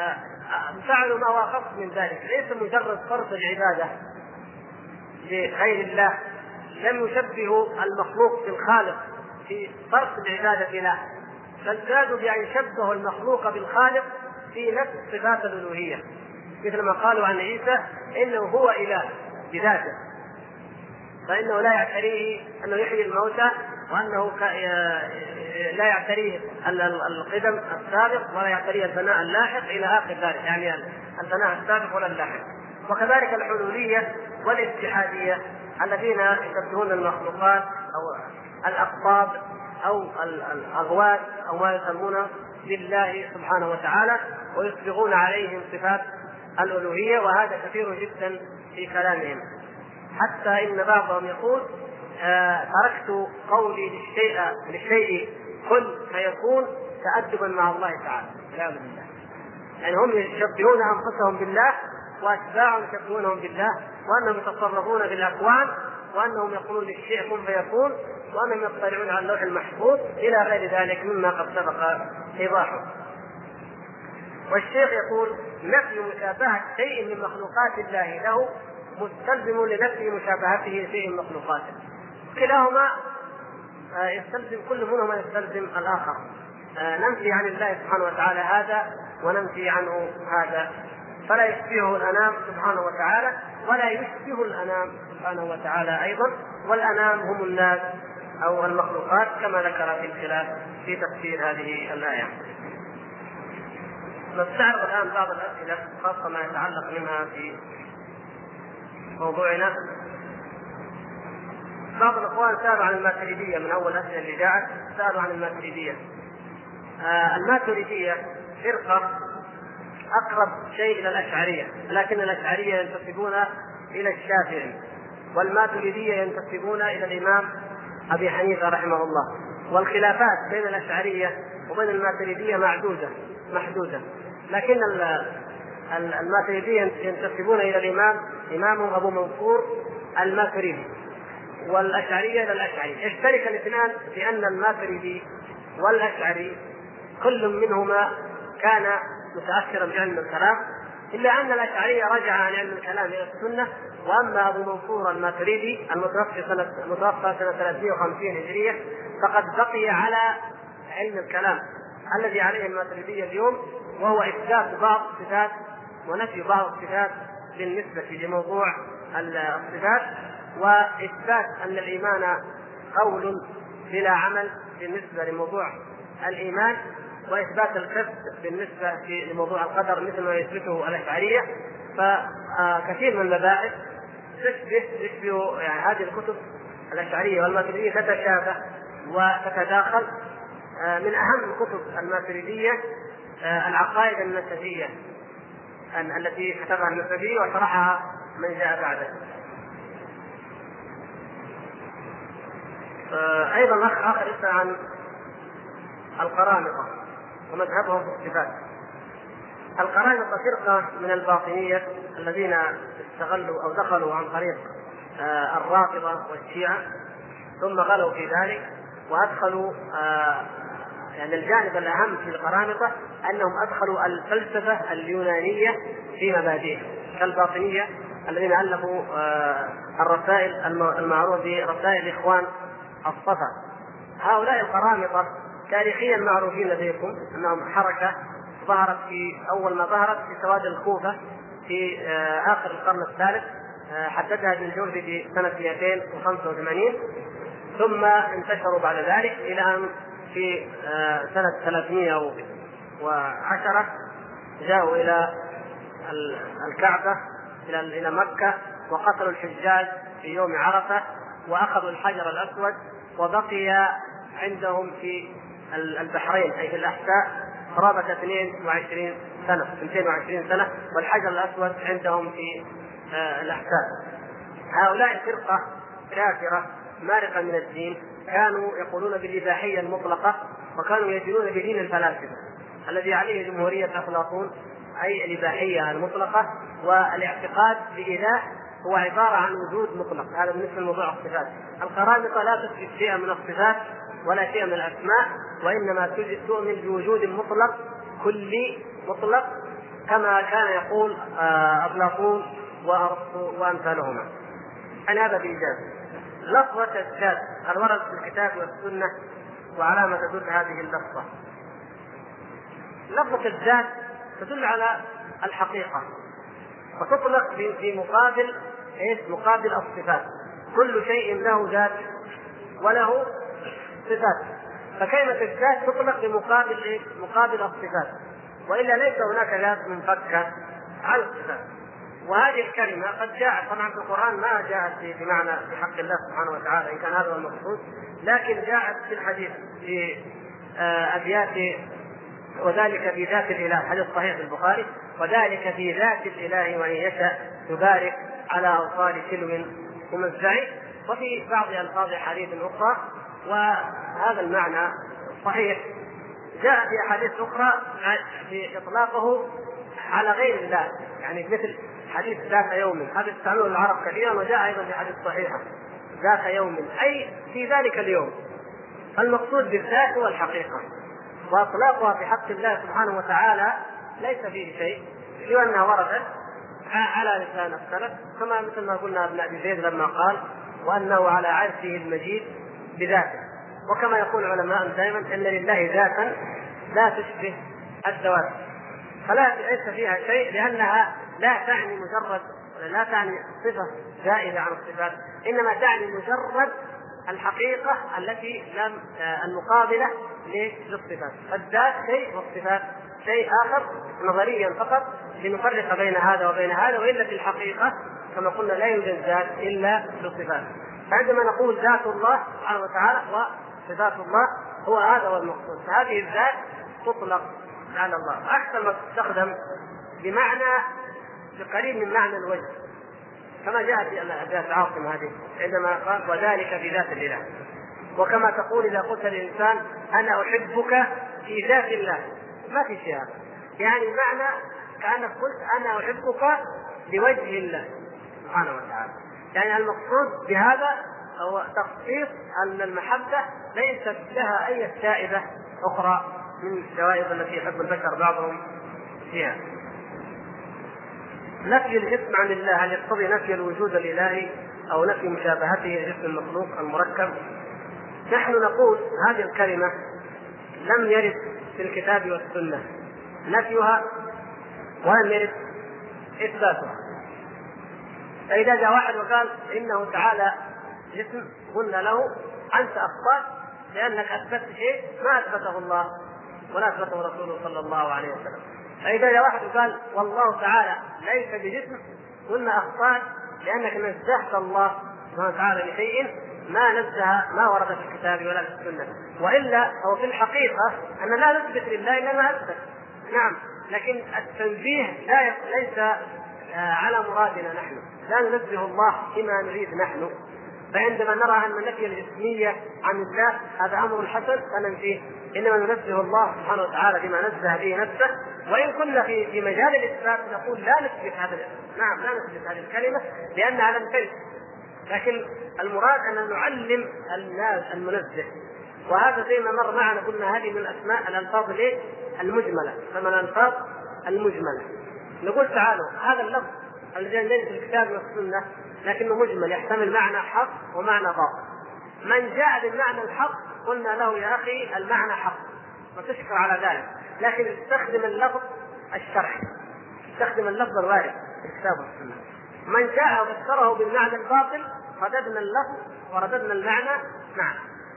Speaker 1: فعلوا ما هو أخص من ذلك، ليس مجرد صرف العبادة لغير الله، لم يشبهوا المخلوق بالخالق في صرف العبادة له، بل زادوا بأن شبهوا المخلوق بالخالق في نفس صفات الألوهية، مثل ما قالوا عن عيسى إنه هو إله بذاته، فإنه لا يعتريه أنه يحيي الموتى، وأنه لا يعتريه القدم السابق ولا يعتريه الفناء اللاحق إلى آخر ذلك، يعني الفناء السابق ولا اللاحق. وكذلك الحلولية والاتحادية الذين يشبهون المخلوقات أو الأقطاب أو الأغواث أو ما يسمونه بالله سبحانه وتعالى، ويصبغون عليهم صفات الألوهية، وهذا كثير جدا في كلامهم، حتى إن بعضهم يقول آه تركت قولي للشيء للشيء كن فيكون تأدبا مع الله تعالى. والعياذ بالله. يعني هم يشبهون أنفسهم بالله وأتباعهم يشبهونهم بالله، وأنهم يتصرفون بالأكوان، وأنهم يقولون للشيء كن فيكون، وأنهم يطلعون على اللوح المحفوظ إلى غير ذلك مما قد سبق إيضاحه. والشيخ يقول نفي مشابهة شيء من مخلوقات الله له مستلزم لنفي مشابهته شيء من مخلوقاته، كلاهما يستلزم، كل منهما يستلزم الآخر. ننفي عن الله سبحانه وتعالى هذا وننفي عنه هذا، فلا يشبهه الأنام سبحانه وتعالى ولا يشبه الأنام سبحانه وتعالى أيضا، والأنام هم الناس أو المخلوقات كما ذكر في الخلاف في تفسير هذه الآية. نستعرض الآن بعض الأسئلة خاصة ما يتعلق منها في موضوعنا. بعض الأخوان سألوا عن الماتريدية، من أول الأسئلة اللي جاءت سألوا عن الماتريدية. آه الماتريدية فرقة أقرب شيء إلى الأشعرية، لكن الأشعرية ينتسبون إلى الشافعي، والماتريدية ينتسبون إلى الإمام أبي حنيفة رحمه الله. والخلافات بين الأشعرية وبين الماتريدية معدودة محدودة، لكن الماتريدية ينتسبون إلى الإمام إمام أبو منصور الماتريدي، والأشعرية إلى الأشعري. يشترك الاثنان في أن الماتريدي والأشعري كل منهما كان متأثرا بعلم الكلام، إلا أن الأشعري رجع عن علم الكلام إلى السنة، وأما أبو منصور الماتريدي المتوفى سنة متوفى سنة ثلاثمائة وخمسين هجرية فقد بقي على علم الكلام الذي عليه الماتريدية اليوم، وهو إثبات بعض الصفات ونفي بعض الصفات بالنسبة لموضوع الصفات، وإثبات أن الإيمان قول بلا عمل بالنسبة لموضوع الإيمان، وإثبات الكسب بالنسبة لموضوع القدر مثل ما يثبته الأشعرية. فكثير من المباحث تشبه تشبه يعني هذه الكتب الأشعرية والماتريدية تتشابه وتتداخل. من أهم كتب الماتريدية العقائد النسبية التي كتبها النسبي وشرحها من جاء بعده. أيضا آخر اسم عن القرامطة ومذهبهم في الصفات. القرامطة فرقة من الباطنية الذين استغلوا أو دخلوا عن طريق الرافضة والشيعة، ثم غلوا في ذلك وأدخلوا يعني الجانب الأهم في القرامطة أنهم أدخلوا الفلسفة اليونانية في مبادئهم، كالباطنية الذين ألفوا الرسائل المعروفة برسائل إخوان الصفا. هؤلاء القرامطة تاريخيا معروفين لديكم أنهم حركة ظهرت في أول ما ظهرت في سواد الكوفة في آخر القرن الثالث، حددها ابن الجوزي في سنة مئتين وخمسة وثمانين، ثم انتشروا بعد ذلك إلى أن في سنة ثلاثمائة وعشرة جاءوا إلى الكعبة إلى مكة وقتلوا الحجاج في يوم عرفة وأخذوا الحجر الأسود، وبقي عندهم في البحرين أي في الأحساء قرابة اثنين وعشرين سنة اثنين وعشرين سنة، والحجر الأسود عندهم في الأحساء. هؤلاء فرقة كافرة مارقة من الدين، كانوا يقولون بالإباحية المطلقة، وكانوا يدينون بدين الفلاسفة الذي عليه جمهورية أفلاطون، أي الإباحية المطلقة، والاعتقاد بإله هو عبارة عن وجود مطلق. هذا بالنسبة لموضوع الصفات. القرامطة لا تثبت شيئا من الصفات ولا شيئا من الأسماء، وإنما تؤمن بوجود مطلق كلي مطلق كما كان يقول أفلاطون وأرسطو وأمثالهما. أنا هذا بإيجاز. لفظة الذات الورد في الكتاب والسنة وعلامة تدل هذه اللفظة. لفظة الذات تدل على الحقيقة وتطلق في مقابل ايش؟ مقابل الصفات. كل شيء له ذات وله صفات، فكلمة الذات تطلق بمقابل ايش؟ مقابل الصفات، والا ليس هناك ذات منفكة على الصفات. وهذه الكلمة قد جاءت طبعا في القرآن، ما جاءت بمعنى في حق الله سبحانه وتعالى إن كان هذا هو المقصود، لكن جاءت في الحديث في أبيات: وذلك في ذات الإله، حديث صحيح في البخاري: وذلك في ذات الإله وإن يشاء يبارك على أوصال سلو ومزع. وفي بعض ألفاظ حديث أخرى وهذا المعنى صحيح. جاء في أحاديث أخرى في إطلاقه على غير الله، يعني مثل حديث ذات يوم، هذا يستعمله العرب كثيرا، وجاء أيضا في حديث صحيحة ذات يوم أي في ذلك اليوم. المقصود بالذات هو الحقيقة، وإطلاقها في حق الله سبحانه وتعالى ليس فيه شيء سوى أنها وردت على لسان السلف، كما مثل ما قلنا ابن أبي زيد لما قال: وأنه على عرشه المجيد بذاته. وكما يقول العلماء دائما أن لله ذاتا لا تشبه الذوات، فلا ليس فيها شيء، لأنها لا تعني مجرد لا تعني صفة زائدة عن الصفات، إنما تعني مجرد الحقيقة التي لم المقابلة للصفات. الذات شيء والصفات شيء آخر نظريا فقط لنفرق بين هذا وبين هذا، وإلا في الحقيقة كما قلنا لا يوجد ذات إلا بالصفات. فعندما نقول ذات الله سبحانه وتعالى وصفات الله هو هذا هو المقصود. فهذه الذات تطلق على الله، أحسن ما تستخدم بمعنى بقريب من معنى الوجه، كما جاء في الأبيات عاصم هذه عندما قال: وذلك في ذات الإله. وكما تقول إذا قلت الإنسان: أنا أحبك في ذات الله، ما في شيء هذا، يعني معنى كأنك قلت: أنا أحبك لوجه الله سبحانه وتعالى. يعني المقصود بهذا هو تخصيص أن المحبة ليست لها أي شائبة أخرى من الشوائب التي يحب البشر بعضهم فيها. نفي الجسم عن الله هل يقتضي نفي الوجود الإلهي أو نفي مشابهته لجسم المخلوق المركب؟ نحن نقول هذه الكلمة لم يرد في الكتاب والسنة نفيها ولم يرد إثباتها. فإذا جاء واحد وقال إنه تعالى جسم، قلنا له: أنت أخطأت لأنك أثبتت شيء ما أثبته الله ولا أثبته رسوله صلى الله عليه وسلم. فإذا جاء واحد وقال والله تعالى ليس بجسم، قلنا أخطأت لأنك نزهت الله سبحانه وتعالى بشيء ما نزه ما ورد في الكتاب ولا في السنة. وإلا هو في الحقيقة أن لا نثبت لله إلا ما أثبت، نعم، لكن التنزيه لا ليس على مرادنا نحن، لا ننزه الله بما نريد نحن. فعندما نرى أن نفي الجسمية عن الله هذا أمر حسن فننفيه، إنما ننزه الله سبحانه وتعالى بما نزه به نفسه. وإن كنا في في مجال الإثبات نقول لا نثبت هذا، نعم لا نثبت هذه الكلمة لأنها لم ترد، لكن المراد أن نعلم الناس المنزه. وهذا زي ما مر معنا قلنا هذه من الأسماء الألفاظ ليه المجملة، ثم الألفاظ المجملة. نقول تعالوا هذا اللفظ الذي يرد في الكتاب والسنة لكنه مجمل يحتمل معنى حق ومعنى باطل. من جاء بالمعنى الحق قلنا له: يا أخي المعنى حق وتشكر على ذلك، لكن استخدم اللفظ الشرعي، استخدم اللفظ الوارد في الكتاب والسنة. من جاء وفسره بالمعنى الباطل رددنا اللفظ ورددنا المعنى. نعم،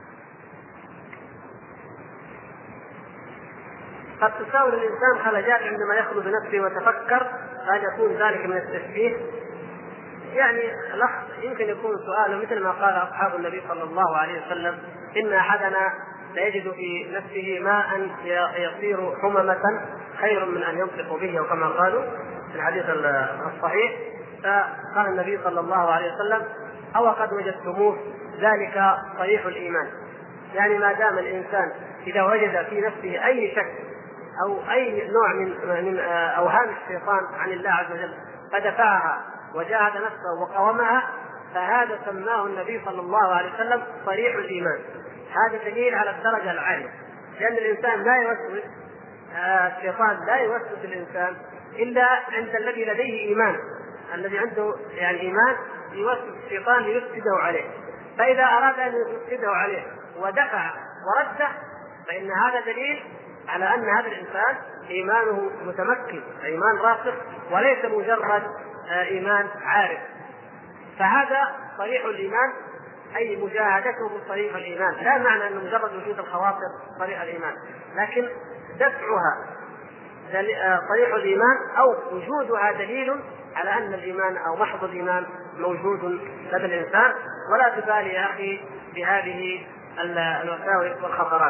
Speaker 1: قد تساوي الإنسان خلجات عندما يخلو بنفسه وتفكر، هل يكون ذلك من التشبيه؟ يعني يمكن يكون سؤاله مثل ما قال أصحاب النبي صلى الله عليه وسلم: إن أحدنا ليجد في نفسه ماء يصير حممة خير من أن ينطق به، وكما قالوا في الحديث الصحيح. فقال النبي صلى الله عليه وسلم: أو قد وجدتموه ذلك صريح الإيمان. يعني ما دام الإنسان إذا وجد في نفسه أي شك أو أي نوع من من أوهام الشيطان عن الله عز وجل فدفعها وجاهد نفسه وقاومها، فهذا سماه النبي صلى الله عليه وسلم صريح الإيمان. هذا دليل على الدرجة العالية، لأن الإنسان لا يوسوس، الشيطان لا يوسوس الإنسان إلا عند الذي لديه إيمان، الذي عنده يعني إيمان يوسوس الشيطان ليفسده عليه. فإذا أراد أن يفسده عليه ودفع ورده فإن هذا دليل على أن هذا الإنسان إيمانه متمكن، إيمان راسخ وليس مجرد إيمان عارف. فهذا صريح الإيمان، أي مجاهدته صريح الإيمان، لا معنى أن مجرد وجود الخواطر صريح الإيمان، لكن دفعها صريح الإيمان أو وجودها دليل على أن الإيمان أو محض الإيمان موجود لدى الإنسان. ولا تبالي يا أخي بهذه الوساوس والخطرات.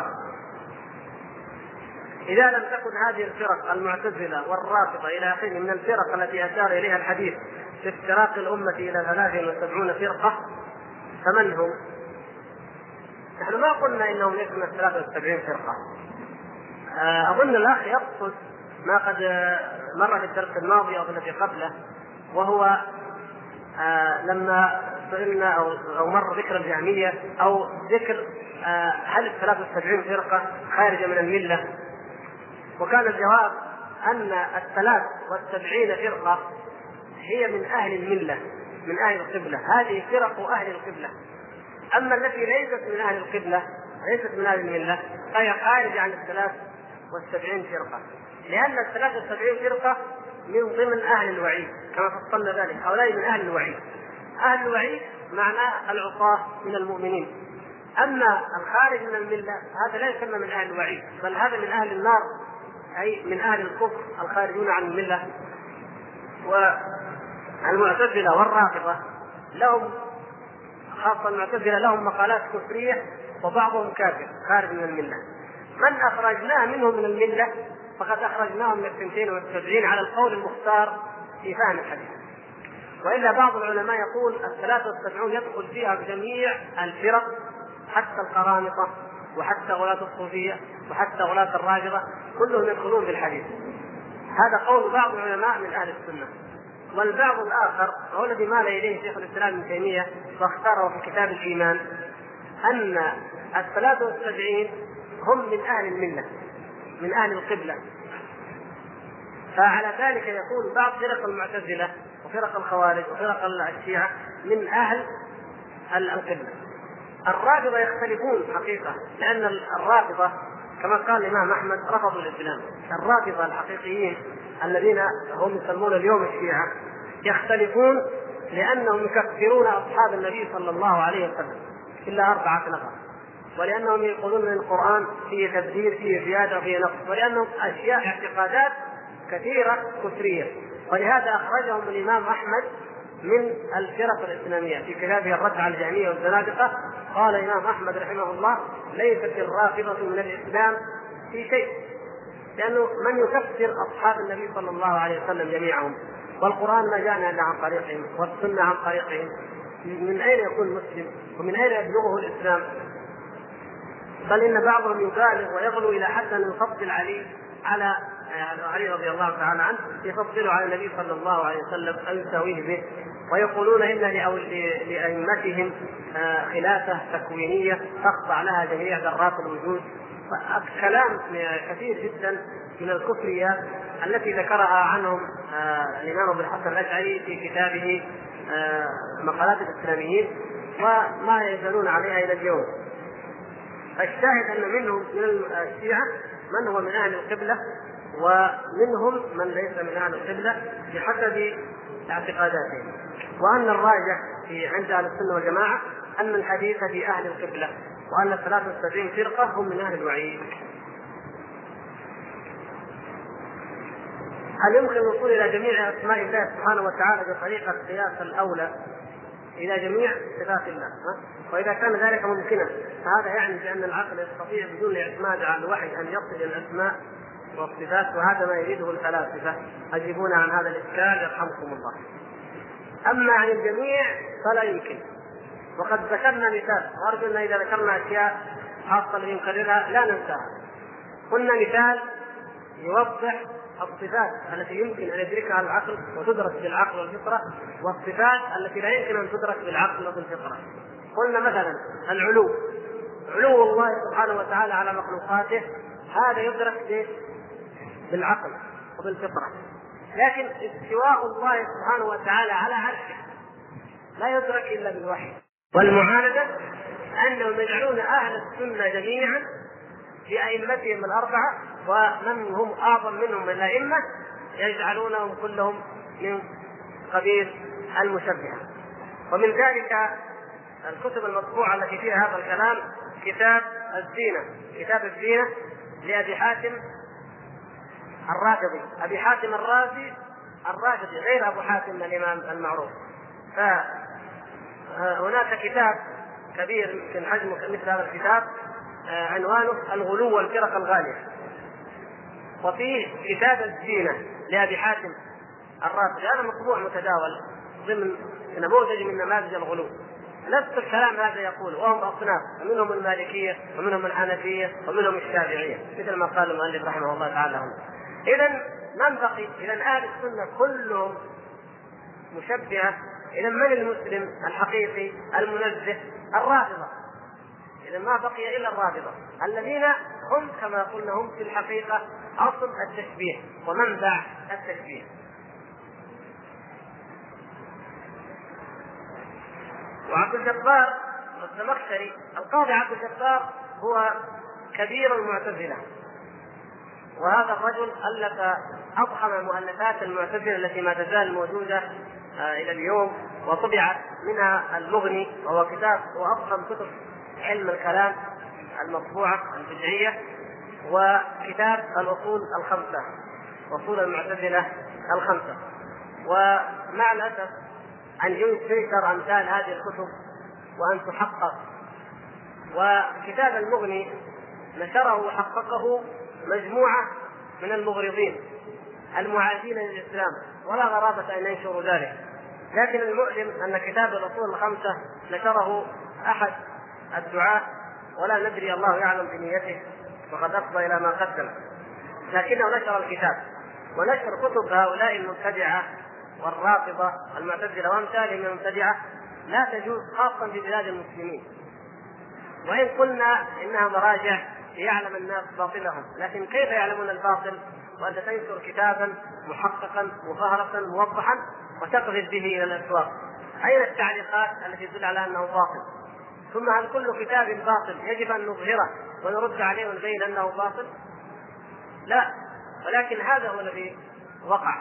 Speaker 1: إذا لم تكن هذه الفرق المعتزلة والرافضة إلى آخره من الفرق التي أشار إليها الحديث في افتراق الأمة إلى ثلاث وسبعين فرقة، فمن هم؟ نحن ما قلنا إنهم ليسوا من ثلاث وسبعين فرقة. أظن الأخ يقصد ما قد مر في الدرس الماضي أو الذي قبله، وهو لما سئلنا أو أو مر ذكر الجهمية أو ذكر هل الثلاث وسبعين فرقة خارجة من الملة، وكان الجواب أن الثلاث والسبعين فرقة هي من أهل الملة، من أهل القبلة، هذه فرق أهل القبلة. أما التي ليست من أهل القبلة ليست من أهل الملة فهي خارجة عن الثلاث والسبعين فرقة، لأن الثلاث والسبعين فرقة من ضمن أهل الوعيد كما فصلنا ذلك، هؤلاء من أهل الوعيد. أهل الوعيد معناه العصاة من المؤمنين. أما الخارج من الملة هذا لا يسمى من أهل الوعيد، بل هذا من أهل النار، أي من أهل الكفر الخارجون عن الملة. والمعتزلة والرافضة لهم، خاصة المعتزلة، لهم مقالات كفرية وبعضهم كافر خارج من الملة. من أخرجناه منهم من الملة فقد أخرجناهم من الثنتين والسبعين على القول المختار في فهم الحديث. وإلا بعض العلماء يقول الثلاثة والسبعون يدخل فيها بجميع الفرق، حتى القرامطة وحتى غلاة الصوفية وحتى غلاة الرافضة كلهم يدخلون بالحديث. هذا قول بعض العلماء من أهل السنة. والبعض الآخر هو الذي مال إليه شيخ الإسلام ابن تيمية واختاره في كتاب الإيمان، أن الثلاثة والسبعين هم من أهل الملة، من أهل القبلة. فعلى ذلك يكون بعض فرق المعتزلة وفرق الخوارج وفرق الشيعة من أهل القبلة. الرافضة يختلفون حقيقة، لأن الرافضة كما قال الإمام أحمد رفضوا الإسلام. الرافضة الحقيقيين الذين هم يسمون اليوم الشيعة يختلفون لأنهم يكفرون أصحاب النبي صلى الله عليه وسلم إلا أربعة نفر، ولأنهم يقولون من القرآن فيه تبديل فيه زيادة فيه نقص، ولأنهم أشياء اعتقادات كثيرة كفرية. ولهذا أخرجهم الإمام أحمد من الفرق الإسلامية في كتابه الرد على الجهمية والزنادقة. قال الإمام أحمد رحمه الله ليست الرافضة من الإسلام في شيء، لأنه من يكفر أصحاب النبي صلى الله عليه وسلم جميعهم، والقرآن ما جاءنا إلا عن طريقهم والسنة عن طريقهم، من أين يكون مسلم ومن أين يبلغه الإسلام؟ بل إن بعضهم يبالغ ويغلو إلى حد أن يفضل علي على علي رضي الله تعالى عنه، يفضل على النبي صلى الله عليه وسلم أو يساويه به، ويقولون إن لأئمتهم خلافة تكوينية تخضع لها جميع ذرات الوجود. كلام كثير جدا من الكفريات التي ذكرها عنهم الإمام أبو الحسن الأشعري في كتابه مقالات الإسلاميين، وما يزالون عليها إلى اليوم. الشاهد أن منهم من الشيعة من هو من أهل القبلة، ومنهم من ليس من أهل القبلة بحسب اعتقاداتهم، وأن الراجح في عند أهل السنة والجماعة أن الحديث في أهل القبلة، وأن الثلاثة والسبعين فرقة هم من أهل الوعيد. هل يمكن الوصول إلى جميع أسماء الله سبحانه وتعالى بطريقة قياس الأولى إلى جميع صفات الله؟ وإذا كان ذلك ممكنا فهذا يعني بأن العقل يستطيع بدون الاعتماد على الوحي أن يصل إلى الأسماء والصفات، وهذا ما يريده الفلاسفة. أجيبون عن هذا الإشكال يرحمكم الله. أما عن الجميع فلا يمكن، وقد ذكرنا مثال، وأرجو أن إذا ذكرنا أشياء خاصة لنكررها لا ننساها. قلنا مثال يوضح الصفات التي يمكن أن يدركها العقل وتدرك بالعقل والفطرة، والصفات التي لا يمكن أن تدرك بالعقل وبالفطرة. قلنا مثلا العلو، علو الله سبحانه وتعالى على مخلوقاته، هذا يدرك بالعقل وبالفطرة. لكن استواء الله سبحانه وتعالى على عرشه لا يدرك إلا بالوحي. والمعاندة أنهم يجعلون أهل السنة جميعا بأئمتهم الأربعة ومن هم أعظم منهم من الأئمة يجعلونهم كلهم من قبيل المشبهة. ومن ذلك الكتب المطبوعة التي فيها هذا الكلام كتاب الزينة، كتاب الزينة لأبي حاتم الرافضي، أبي حاتم الرازي الرافضي غير أبو حاتم الإمام المعروف. فهناك كتاب كبير يمكن حجمه مثل هذا الكتاب عنوانه الغلو والفرق الغالية، وفيه كتاب الزينة لأبي حاتم الرازي، هذا مطبوع متداول ضمن نموذج من نماذج الغلو. نفس الكلام هذا يقول، وهم أصناف، ومنهم المالكية ومنهم الحنفية ومنهم الشافعية، مثل ما قال المؤلف رحمه الله تعالى هنا. إذن من بقي؟ إذن أهل السنة كلهم مشبهة. إذن من المسلم الحقيقي المنزه؟ الرافضة. إذن ما بقي إلا الرافضة الذين هم كما قلنا هم في الحقيقة أصل التشبيه ومنبع التشبيه. وعبد الجبار الزمخشري، القاضي عبد الجبار هو كبير المعتزلة، وهذا الرجل ألف أضخم مؤلفات المعتزلة التي ما تزال موجودة إلى اليوم، وطبعت منها المغني وهو كتاب وأضخم كتب علم الكلام المطبوعة البدعية، وكتاب الأصول الخمسة، أصول المعتزلة الخمسة. ومع الأسف أن ينشر أمثال هذه الكتب وأن تحقق. وكتاب المغني نشره وحققه مجموعة من المغرضين المعادين للإسلام، ولا غرابة أن ينشروا ذلك. لكن المؤلم أن كتاب الأصول الخمسة نشره أحد الدعاة ولا ندري، الله يعلم بنيته وقد أفضى إلى ما قدم، لكنه نشر الكتاب. ونشر كتب هؤلاء المبتدعة والرافضة المعتزلة وأمثالهم من المبتدعة لا تجوز خاصة في بلاد المسلمين، وإن قلنا إنها مراجع ليعلم الناس باطلهم، لكن كيف يعلمون الباطل وأنت تنشر كتابا محققا مفهرسا موضحا وتقذف به إلى الأسواق؟ أين التعليقات التي تدل على أنه باطل؟ ثم هل كل كتاب باطل يجب أن نظهره ونرد عليه ونبين أنه باطل؟ لا، ولكن هذا هو الذي وقع.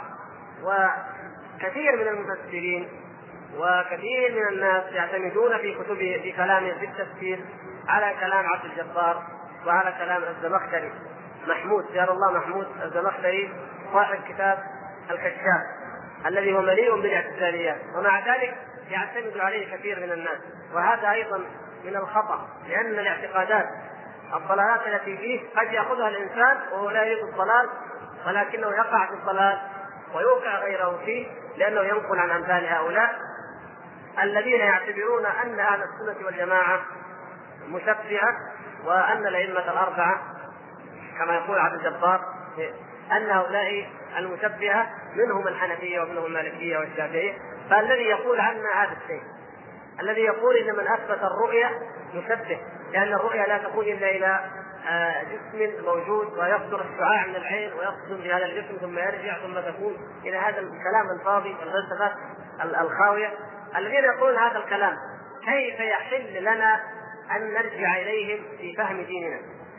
Speaker 1: وكثير من المفسرين وكثير من الناس يعتمدون في كتبه في كلامه في التفسير على كلام عبد الجبار وعلى كلام الزمخشري محمود جار الله محمود الزمخشري صاحب كتاب الكشاف الذي هو مليء بالاعتزاليات، ومع ذلك يعتمد عليه كثير من الناس. وهذا أيضا من الخطأ، لأن الاعتقادات الضلالات التي فيه قد يأخذها الإنسان وهو لا يريد الضلال، ولكنه يقع في الضلال ويوقع غيره فيه، لأنه ينقل عن أمثال هؤلاء الذين يعتبرون أن أهل السنة والجماعة مشبهة، وأن الأئمة الأربعة كما يقول عبد الجبار أن هؤلاء المشبهة منهم الحنفية ومنهم المالكية والشافعية. فالذي يقول عنا هذا الشيء، الذي يقول إن من أثبت الرؤية مشبه، لأن الرؤية لا تكون إلا إلى جسم موجود ويصدر الشعاع من العين ويصدر في هذا الجسم ثم يرجع ثم تكون إلى هذا الكلام الفاضي والفلسفات الخاوية. الذين يقولون هذا الكلام كيف يحل لنا أن نرجع إليهم في فهم ديننا؟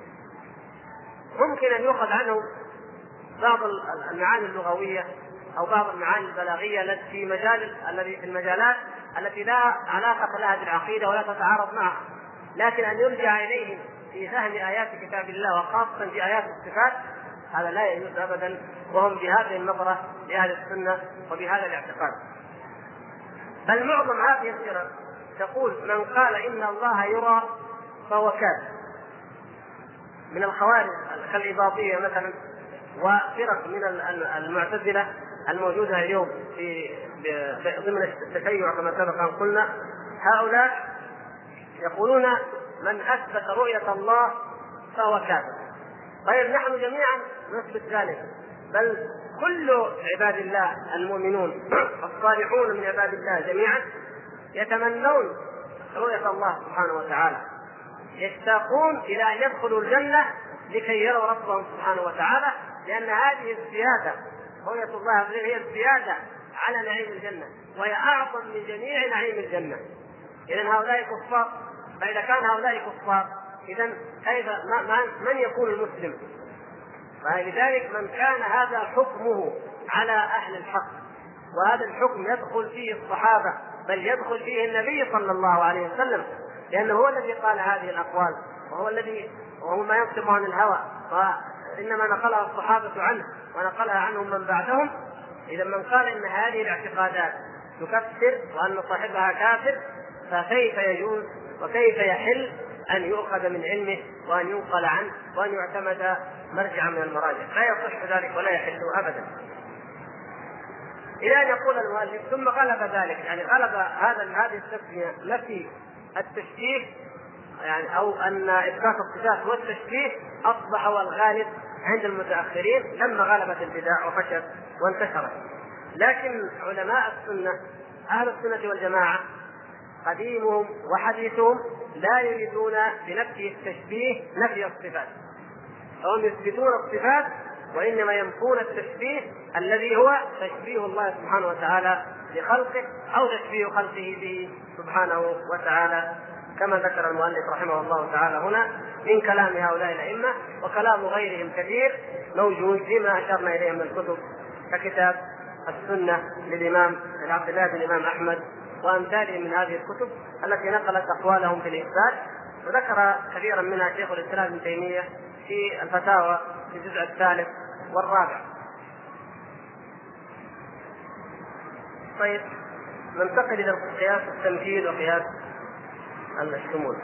Speaker 1: ممكن أن يؤخذ عنه بعض المعاني اللغوية أو بعض المعاني البلاغية التي في مجال الذي في المجالات التي لا علاقة لها بالعقيدة ولا تتعارض معها، لكن أن يرجع إليهم في فهم آيات كتاب الله وخاصة في آيات الصفات هذا لا يجوز أبدا، وهم بهذه النظرة لأهل السنة وبهذا الاعتقاد. بل معظم هذه الفرق تقول من قال إن الله يرى فهو كافر، من الخوارج كالإباضية مثلا وفرق من المعتزلة الموجودة اليوم في ضمن التشيع كما سبق أن قلنا. هؤلاء يقولون من أثبت رؤية الله فهو كافر. طيب نحن جميعا نثبت ذلك، بل كل عباد الله المؤمنون الصالحون من عباد الله جميعا يتمنون رؤية الله سبحانه وتعالى، يشتاقون إلى أن يدخلوا الجنة لكي يروا ربهم سبحانه وتعالى، لأن هذه السيادة رؤية الله عز وجل هي الزيادة على نعيم الجنة، وهي أعظم من جميع نعيم الجنة. إذن هؤلاء كفار، فإذا كان هؤلاء كفار إذن كيف من يكون المسلم؟ ولذلك من كان هذا حكمه على أهل الحق، وهذا الحكم يدخل فيه الصحابة بل يدخل فيه النبي صلى الله عليه وسلم، لأنه هو الذي قال هذه الأقوال، وهو الذي وهو ما يكتب عن الهوى، وإنما نقلها الصحابة عنه ونقلها عنهم من بعدهم. إذا من قال إن هذه الاعتقادات تكفر وأن صاحبها كافر، فكيف يجوز وكيف يحل أن يؤخذ من علمه وأن ينقل عنه وأن يعتمد مرجعا من المراجع؟ لا يصح ذلك ولا يحل أبدا. إلى أن يقول المؤلف ثم غلب ذلك، يعني غلب هذا هذه التسمية نفي التشبيه، يعني أو أن إثبات الصفات والتشبيه أصبح هو الغالب عند المتأخرين لما غلبت البدع وفشت وانتشرت. لكن علماء السنة أهل السنة والجماعة قديمهم وحديثهم لا يريدون بنفي التشبيه نفي الصفات، هم يثبتون الصفات وإنما ينفون التشبيه الذي هو تشبيه الله سبحانه وتعالى لخلقه أو تشبيه خلقه به سبحانه وتعالى، كما ذكر المؤلف رحمه الله تعالى هنا من كلام هؤلاء الأئمة، وكلام غيرهم كثير موجود فيما أشرنا إليه من الكتب ككتاب السنة للإمام عبد الله بن الإمام أحمد وأمثاله من هذه الكتب التي نقلت أقوالهم في الإثبات، وذكر كثيرا منها شيخ الإسلام ابن تيمية في الفتاوى في الجزء الثالث والرابع. طيب ننتقل إلى قياس التمثيل وقياس الشمول.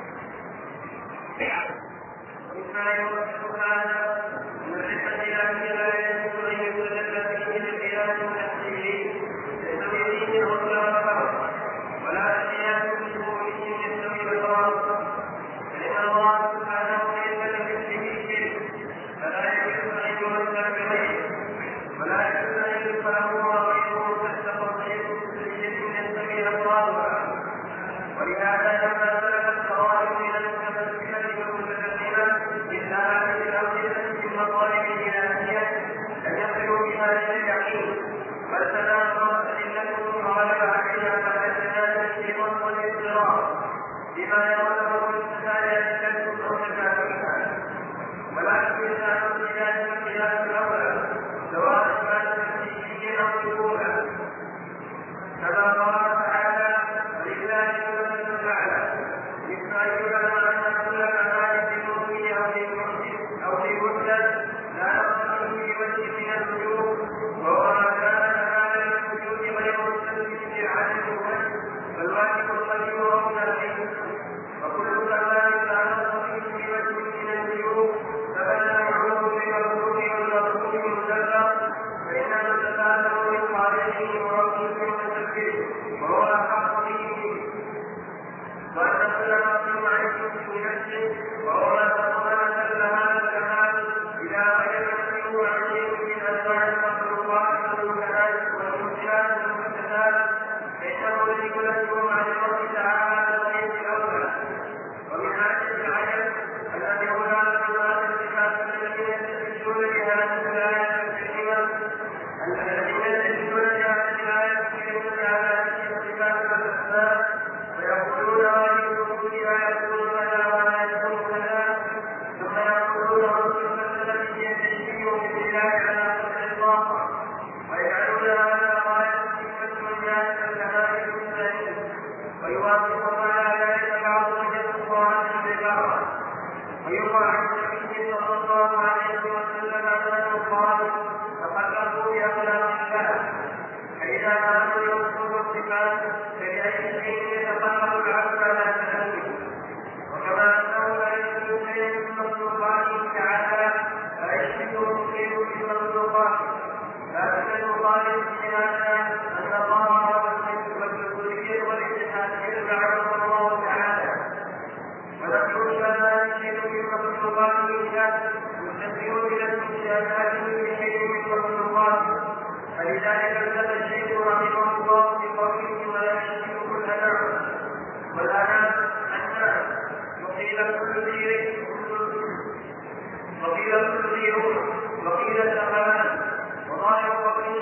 Speaker 2: وقيل التقليد وقيل التقليد وظاهر قوله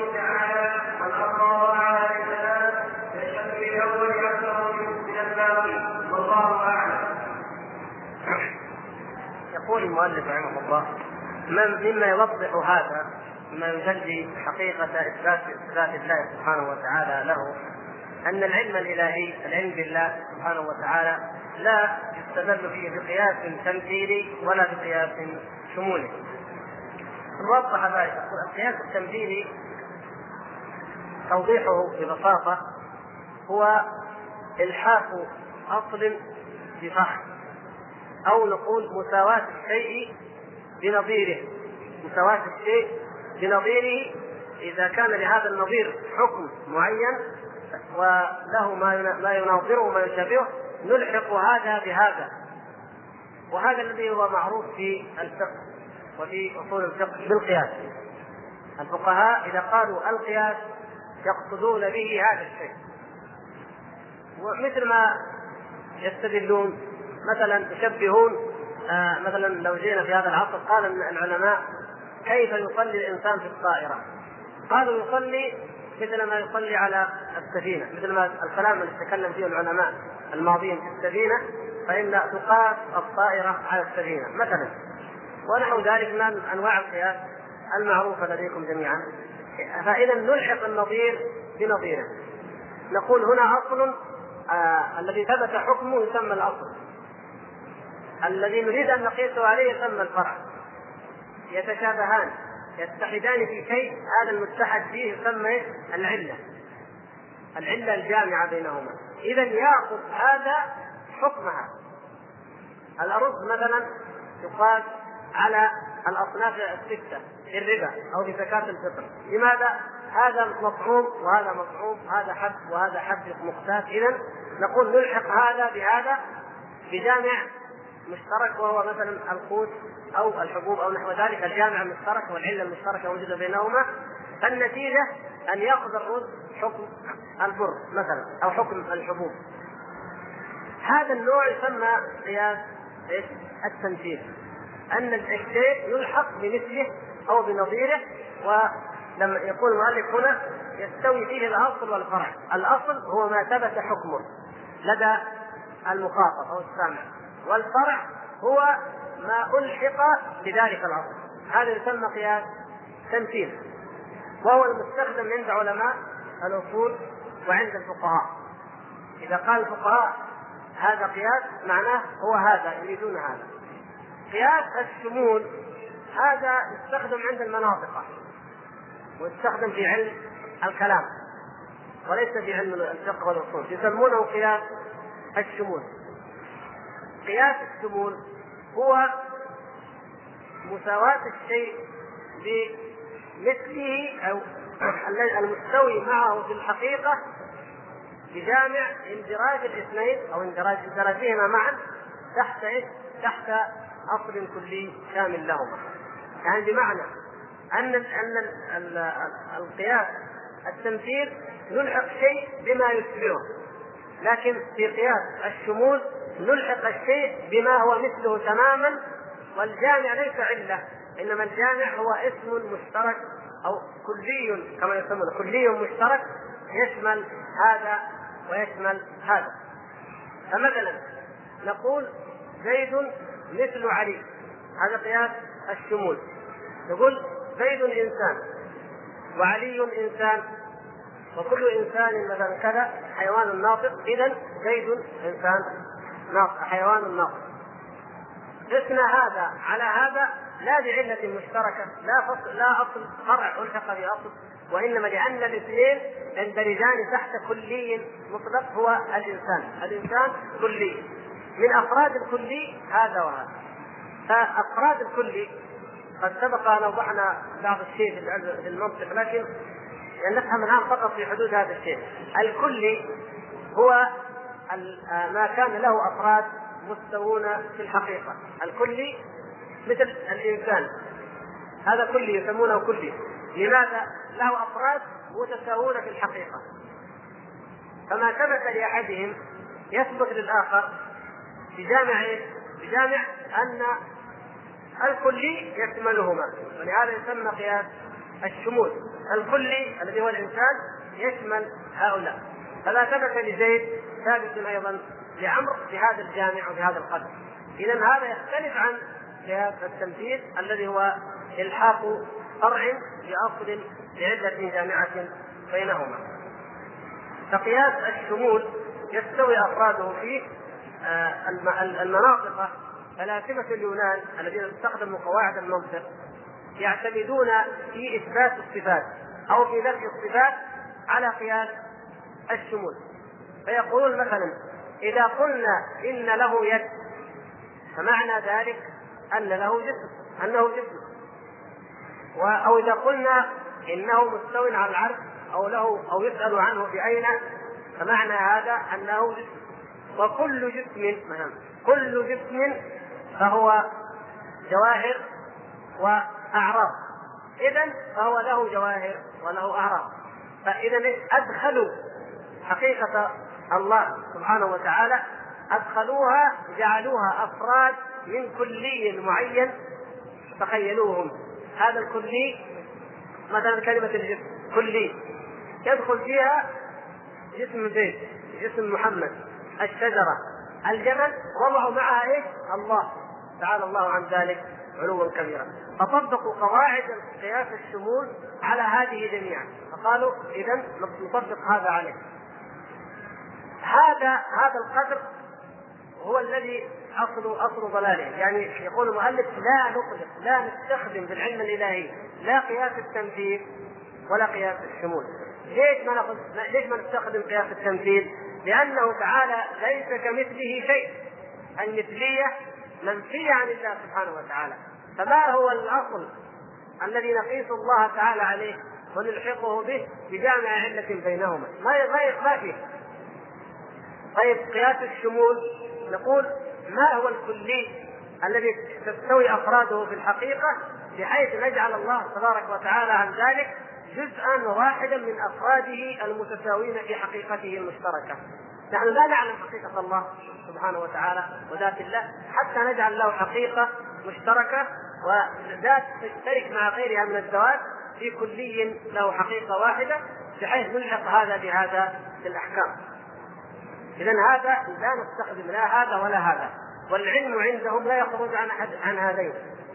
Speaker 1: يقول المؤلف رحمه الله مما يوضح هذا، مما يجلي حقيقة إثبات إثبات الله سبحانه وتعالى له، أن العلم الإلهي، العلم بالله سبحانه وتعالى، لا يستدل فيه بقياس تمثيلي ولا بقياس شمولي. نوضح ذلك. القياس التمثيلي توضيحه ببساطة هو إلحاق أصل بفحص، أو نقول مساواة الشيء بنظيره، مساواة الشيء بنظيره إذا كان لهذا النظير حكم معين وله ما يناظره وما يشابهه نلحق هذا بهذا. وهذا الذي هو معروف في الفقه وفي أصول الفقه بالقياس. الفقهاء إذا قالوا القياس يقصدون به هذا الشيء، ومثل ما يستدلون مثلا يشبهون آه مثلا لو جينا في هذا العصر قال العلماء كيف يصلي الإنسان في الطائرة؟ قالوا يصلي مثل ما يصلي على السفينة، مثل ما الكلام اللي تكلم فيه العلماء الماضيين في السفينة، فإن تقاس الطائرة على السفينة مثلا، ونحو ذلك من أنواع القياس المعروفة لديكم جميعا. فإذا نلحق النظير بنظيره، نقول هنا أصل آه الذي ثبت حكمه يسمى الأصل، الذي نريد أن نقيسه عليه يسمى الفرع، يتشابهان يتحدان في شيء، هذا المتحد فيه يسمى العلة، العلة الجامعة بينهما. إذا يأخذ هذا حكمها. الأرز مثلا يقاس على الأصناف الستة في الربا أو في زكاة الفطر. لماذا؟ هذا مطعوم وهذا مطعوم، هذا حب وهذا حب مختلف. إذا نقول نلحق هذا بهذا بجامع مشترك، وهو مثلا القوت أو الحبوب أو نحو ذلك، الجامع المشترك والعلة المشتركة موجودة بينهما. النتيجة أن يأخذ الرز حكم البر مثلا أو حكم الحبوب. هذا النوع يسمى قياس التمثيل، أن الشيء يلحق بمثله أو بنظيره. ولما يقول المؤلف هنا يستوي فيه الأصل والفرع. الأصل هو ما ثبت حكمه لدى المخاطب أو السامع، والفرع هو ما ألحق بذلك الأصل. هذا يسمى قياس تمثيل، وهو المستخدم عند علماء الأصول وعند الفقهاء. إذا قال الفقهاء هذا قياس معناه هو هذا، يريدون هذا. قياس الشمول هذا يستخدم عند المناطق ويستخدم في علم الكلام وليس في علم الفقه والأصول، يسمونه قياس الشمول. قياس الشمول هو مساواة الشيء بمثله أو المستوي معه في الحقيقة بجامع اندراج الاثنين أو اندراج اندراجهما معا تحت تحت أصل كلي شامل لهما. يعني بمعنى أن أن القياس التمثيل نلحق شيء بما يشبهه، لكن في قياس الشمول نلحق الشيء بما هو مثله تماما، والجامع ليس علة، إنما الجامع هو اسم مشترك أو كلي كما يسمونه، كلي مشترك يشمل هذا ويشمل هذا. فمثلا نقول زيد مثل علي، هذا قياس الشمول. نقول زيد إنسان وعلي إنسان وكل إنسان مثلا كذا حيوان ناطق، إذن زيد إنسان ناطق حيوان ناطق. قسنا هذا على هذا لا بعلة مشتركة، لا فصل لا أصل فرع ألحق بأصل، وإنما لأن الاثنين يندرجان تحت كلي مطلق هو الإنسان. الإنسان كلي من أفراد الكلي هذا وهذا. فأفراد الكلي قد سبق أن وضعنا بعض الشيء في المنطق، لكن يعني نفهم الآن فقط في حدود هذا الشيء. الكلي هو ما كان له أفراد مستوون في الحقيقة. الكلي مثل الإنسان، هذا كلي يسمونه كلي. لماذا؟ له أفراد متساوون في الحقيقة، فما ثبت لأحدهم يثبت للآخر بجامع بجامع أن الكلي يشملهما، ولهذا يسمى قياس الشمول. الكلي الذي هو الإنسان يشمل هؤلاء، فلا ثبت لزيد ثابت أيضا لعمر بهذا الجامع وبهذا القدر. إذن هذا يختلف عن قياس التمثيل الذي هو إلحاق فرع بأصل لعلة جامعة بينهما. فقياس الشمول يستوي أفراده فيه المناطق. فلاسفة اليونان الذين استخدموا قواعد المنطق يعتمدون في إثبات الصفات أو في نفي الصفات على قياس الشمول. فيقولون مثلا إذا قلنا إن له يد فمعنى ذلك أن له جسم أنه جسم، أو إذا قلنا إنه مستو على العرش أو له أو يسأل عنه بأين فمعنى هذا أنه جسم. وكل جسم مثلا كل جسم فهو جواهر وأعراض، إذن فهو له جواهر وله أعراض. فإذا أدخلوا حقيقة الله سبحانه وتعالى أدخلوها جعلوها أفراد من كلي معين. تخيلوهم هذا الكلي مثلا كلمة الجسم كلي يدخل فيها جسم زيد، جسم محمد، الشجرة، الجبل، وضعوا معها ايش؟ الله تعالى الله عن ذلك علوا كبيرا. فطبقوا قواعد قياس الشمول على هذه جميعا، فقالوا اذا نطبق هذا عليه. هذا هذا القدر هو الذي اصل اصل ضلاله. يعني يقول المؤلف لا نطلق لا نستخدم بالعلم الالهي لا قياس التمثيل ولا قياس الشمول. ليش ما ناخذ ليش ما نستخدم قياس التمثيل؟ لأنه تعالى ليس كمثله شيء. المثلية منفية عن الله سبحانه وتعالى. فما هو الأصل الذي نقيس الله تعالى عليه ونلحقه به بجامع علة بينهما؟ ما ما فيه. طيب قياس الشمول نقول ما هو الكلي الذي تستوي أفراده في الحقيقة بحيث نجعل الله تبارك وتعالى عن ذلك جزءا واحدا من أفراده المتساوين في حقيقته المشتركة. نحن لا نعلم حقيقة الله سبحانه وتعالى وذات الله حتى نجعل له حقيقة مشتركة وذات تشترك مع غيرها من الذوات في كلي له حقيقة واحدة بحيث نلحق هذا بهذا في الأحكام. إذن هذا لا نستخدم لا هذا ولا هذا، والعلم عندهم لا يخرج عن أحد عن هذين.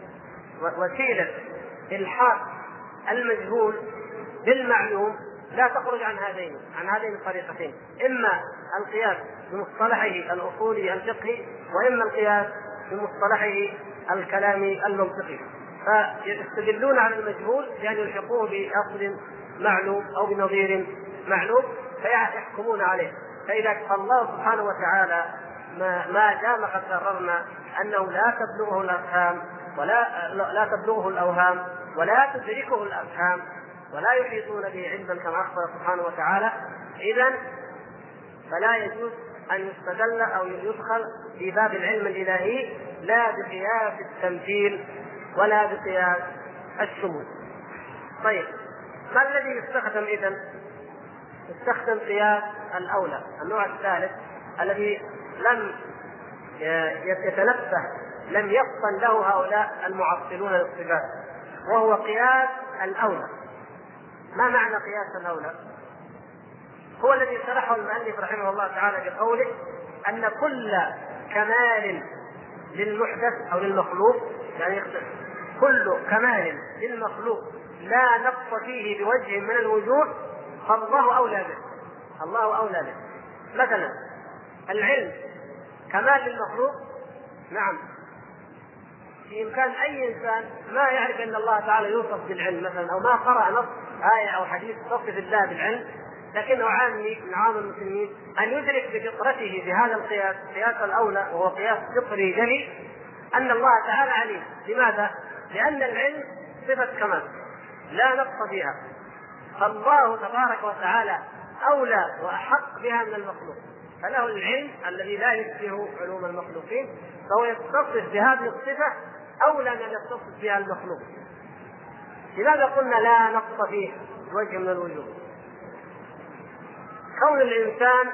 Speaker 1: وسيلة إلحاق المجهول بالمعلوم لا تخرج عن هذين عن هذين الطريقتين، إما القياس بمصطلحه الأصولي الفقهي وإما القياس بمصطلحه الكلامي المنطقي. فيستدلون على المجهول بأن يلحقوه بأصل معلوم أو بنظير معلوم فيحكمون عليه. فإذا الله سبحانه وتعالى ما, ما دام قد قررنا أنه لا تبلغه الأفهام ولا لا تبلغه الأوهام ولا تدركه الأفهام ولا يحيطون به علما كما أخبر سبحانه وتعالى، إذن فلا يجوز أن يستدل أو يدخل في باب العلم الإلهي لا بقياس التمثيل ولا بقياس الشمول. طيب ما الذي يستخدم إذن؟ يستخدم قياس الأولى، النوع الثالث الذي لم يتنبه لم يفطن له هؤلاء المعطلون للصفات، وهو قياس الأولى. ما معنى قياس الأولى؟ هو الذي شرحه المؤلف رحمه الله تعالى بقوله أن كل كمال للمحدث أو للمخلوق، يعني كل كمال للمخلوق لا نقص فيه بوجه من الوجوه فالله أولى به. الله أولى به. مثلا العلم كمال للمخلوق، نعم في إمكان أي إنسان ما يعرف أن الله تعالى يوصف بالعلم مثلا، أو ما قرأ نص آية أو حديث تصف الله بالعلم، لكنه عامي من عام المسلمين أن يدرك بفطرته بهذا القياس قياس الأولى، وهو قياس فطري جلي، أن الله تعالى عليم. لماذا؟ لأن العلم صفة كمال لا نقص فيها، فالله تبارك وتعالى أولى وأحق بها من المخلوق، فله العلم الذي لا يشبه علوم المخلوقين، فهو يتصف بهذه الصفة أولى من يتصف بها المخلوق. لماذا قلنا لا نقص فيه بوجه من الوجوه؟ كون الإنسان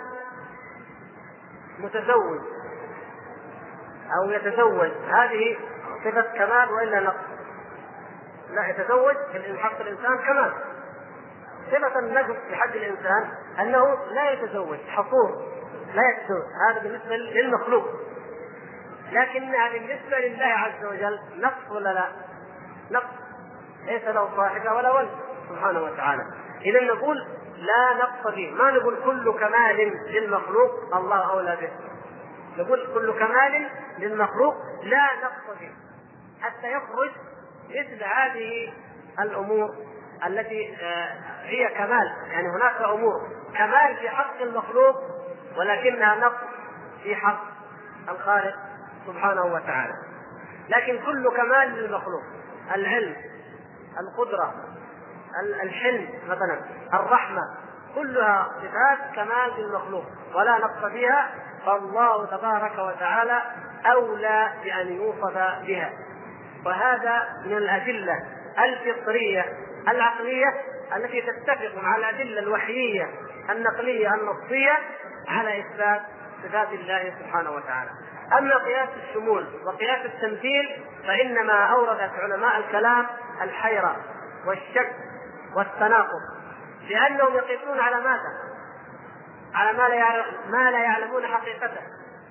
Speaker 1: متزوج أو يتزوج هذه صفة كمال وإلا نقص؟ لا، يتزوج في حق الإنسان كمال. صفة النقص في حق الإنسان أنه لا يتزوج، حصور لا يتزوج، هذا بالنسبة للمخلوق. لكنها بالنسبة لله عز وجل نقص ولا لا؟ نقص، ليس له صاحبة ولا ولد سبحانه وتعالى. إذا نقول لا نقص فيه، ما نقول كل كمال للمخلوق الله أولى به، نقول كل كمال للمخلوق لا نقص فيه، حتى يخرج مثل هذه الأمور التي هي كمال. يعني هناك أمور كمال في حق المخلوق ولكنها نقص في حق الخالق سبحانه وتعالى. لكن كل كمال للمخلوق، العلم، القدرة، الحلم مثلا، الرحمة، كلها صفات كمال للمخلوق ولا نقص فيها، فالله تبارك وتعالى أولى بأن يوصف بها. وهذا من الأدلة الفطرية العقلية التي تتفق مع الأدلة الوحيية النقلية النصية على إثبات صفات الله سبحانه وتعالى. أما قياس الشمول وقياس التمثيل فإنما أوردت علماء الكلام الحيرة والشك والتناقض، لأنهم يقيسون على ماذا؟ على ما لا يعلم ما لا يعلمون حقيقته،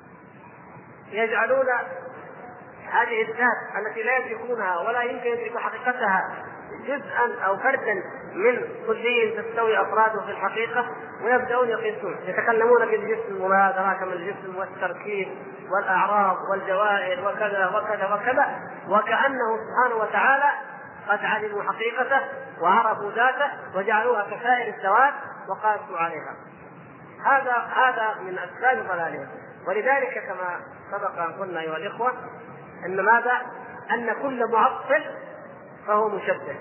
Speaker 1: يجعلون هذه الذات التي لا يدركونها ولا يمكن يدرك حقيقتها جزءا أو فردا من كلي تستوي أفراده في الحقيقة، ويبدأون يقيسون، يتكلمون بالجسم وما أدراك ما الجسم والتركيب والأعراض والجوائر وكذا وكذا وكذا، وكأنه سبحانه وتعالى قد علموا حقيقته وعرفوا ذاته وجعلوها كسائر الذوات وقاسوا عليها. هذا هذا من أسباب ضلالهم. ولذلك كما سبق أن قلنا أيها الإخوة أن ماذا؟ أن كل معطل فهو مشبه،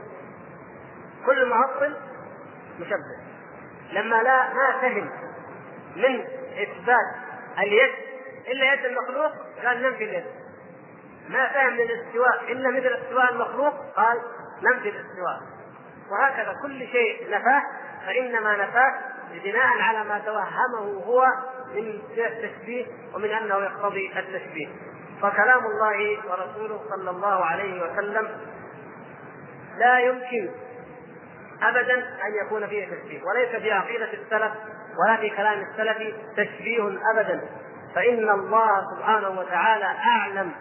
Speaker 1: كل معطل مشبه. لما لا ما فهم من إثبات اليد إلا يد المخلوق قال ننفي اليد، ما فهم من الاستواء إلا مثل استواء المخلوق قال ننفي الاستواء، وهكذا كل شيء نفاه فإنما نفاه بناء على ما توهمه هو من التشبيه ومن أنه يقتضي التشبيه. فكلام الله ورسوله صلى الله عليه وسلم لا يمكن أبدا أن يكون فيه تشبيه، وليس في عقيدة السلف ولا في كلام السلف تشبيه أبدا، فإن الله سبحانه وتعالى أعلم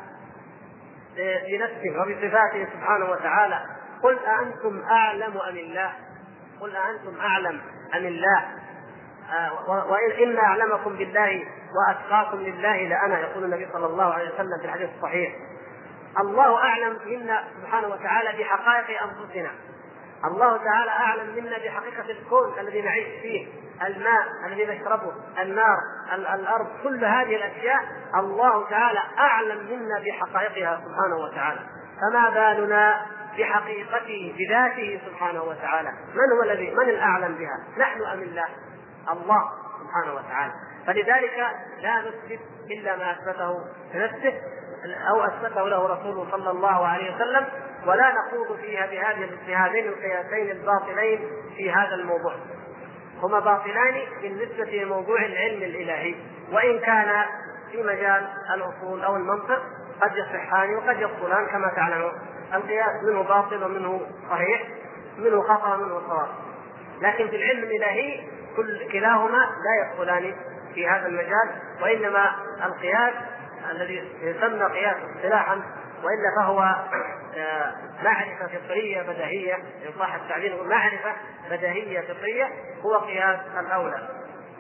Speaker 1: بنفسه وبصفاته سبحانه وتعالى. قل أأنتم أعلم أم الله؟ قل أأنتم أعلم أم الله؟ آه وإن أعلمكم بالله وأتقاكم لله لأنا، يقول النبي صلى الله عليه وسلم في الحديث الصحيح. الله أعلم منا سبحانه وتعالى بحقائق أنفسنا، الله تعالى أعلم منا بحقيقة الكون الذي نعيش فيه، الماء الذي نشربه، النار، الأرض، كل هذه الأشياء الله تعالى أعلم منا بحقائقها سبحانه وتعالى، فما بالنا بحقيقته بذاته سبحانه وتعالى؟ من هو الذي من الأعلم بها، نحن أم الله؟ الله سبحانه وتعالى. فلذلك لا نثبت إلا ما أثبته لنفسه أو أثبته له رسوله صلى الله عليه وسلم، ولا نخوض فيها بهذه بهذين القياسين الباطلين في هذا الموضوع. هما باطلان بالنسبة لموضوع العلم الإلهي، وإن كان في مجال الأصول أو المنطق قد يصحان وقد يبطلان كما تعلمون. القياس منه باطل ومنه صحيح، منه خطأ ومنه صواب، لكن في العلم الإلهي كل كلاهما لا يدخلان في هذا المجال، وإنما القياس الذي يسمى قياس اصطلاحا وإلا فهو معرفة فطرية بديهية، إن صح التعبير معرفة بديهية فطرية، هو قياس الأولى.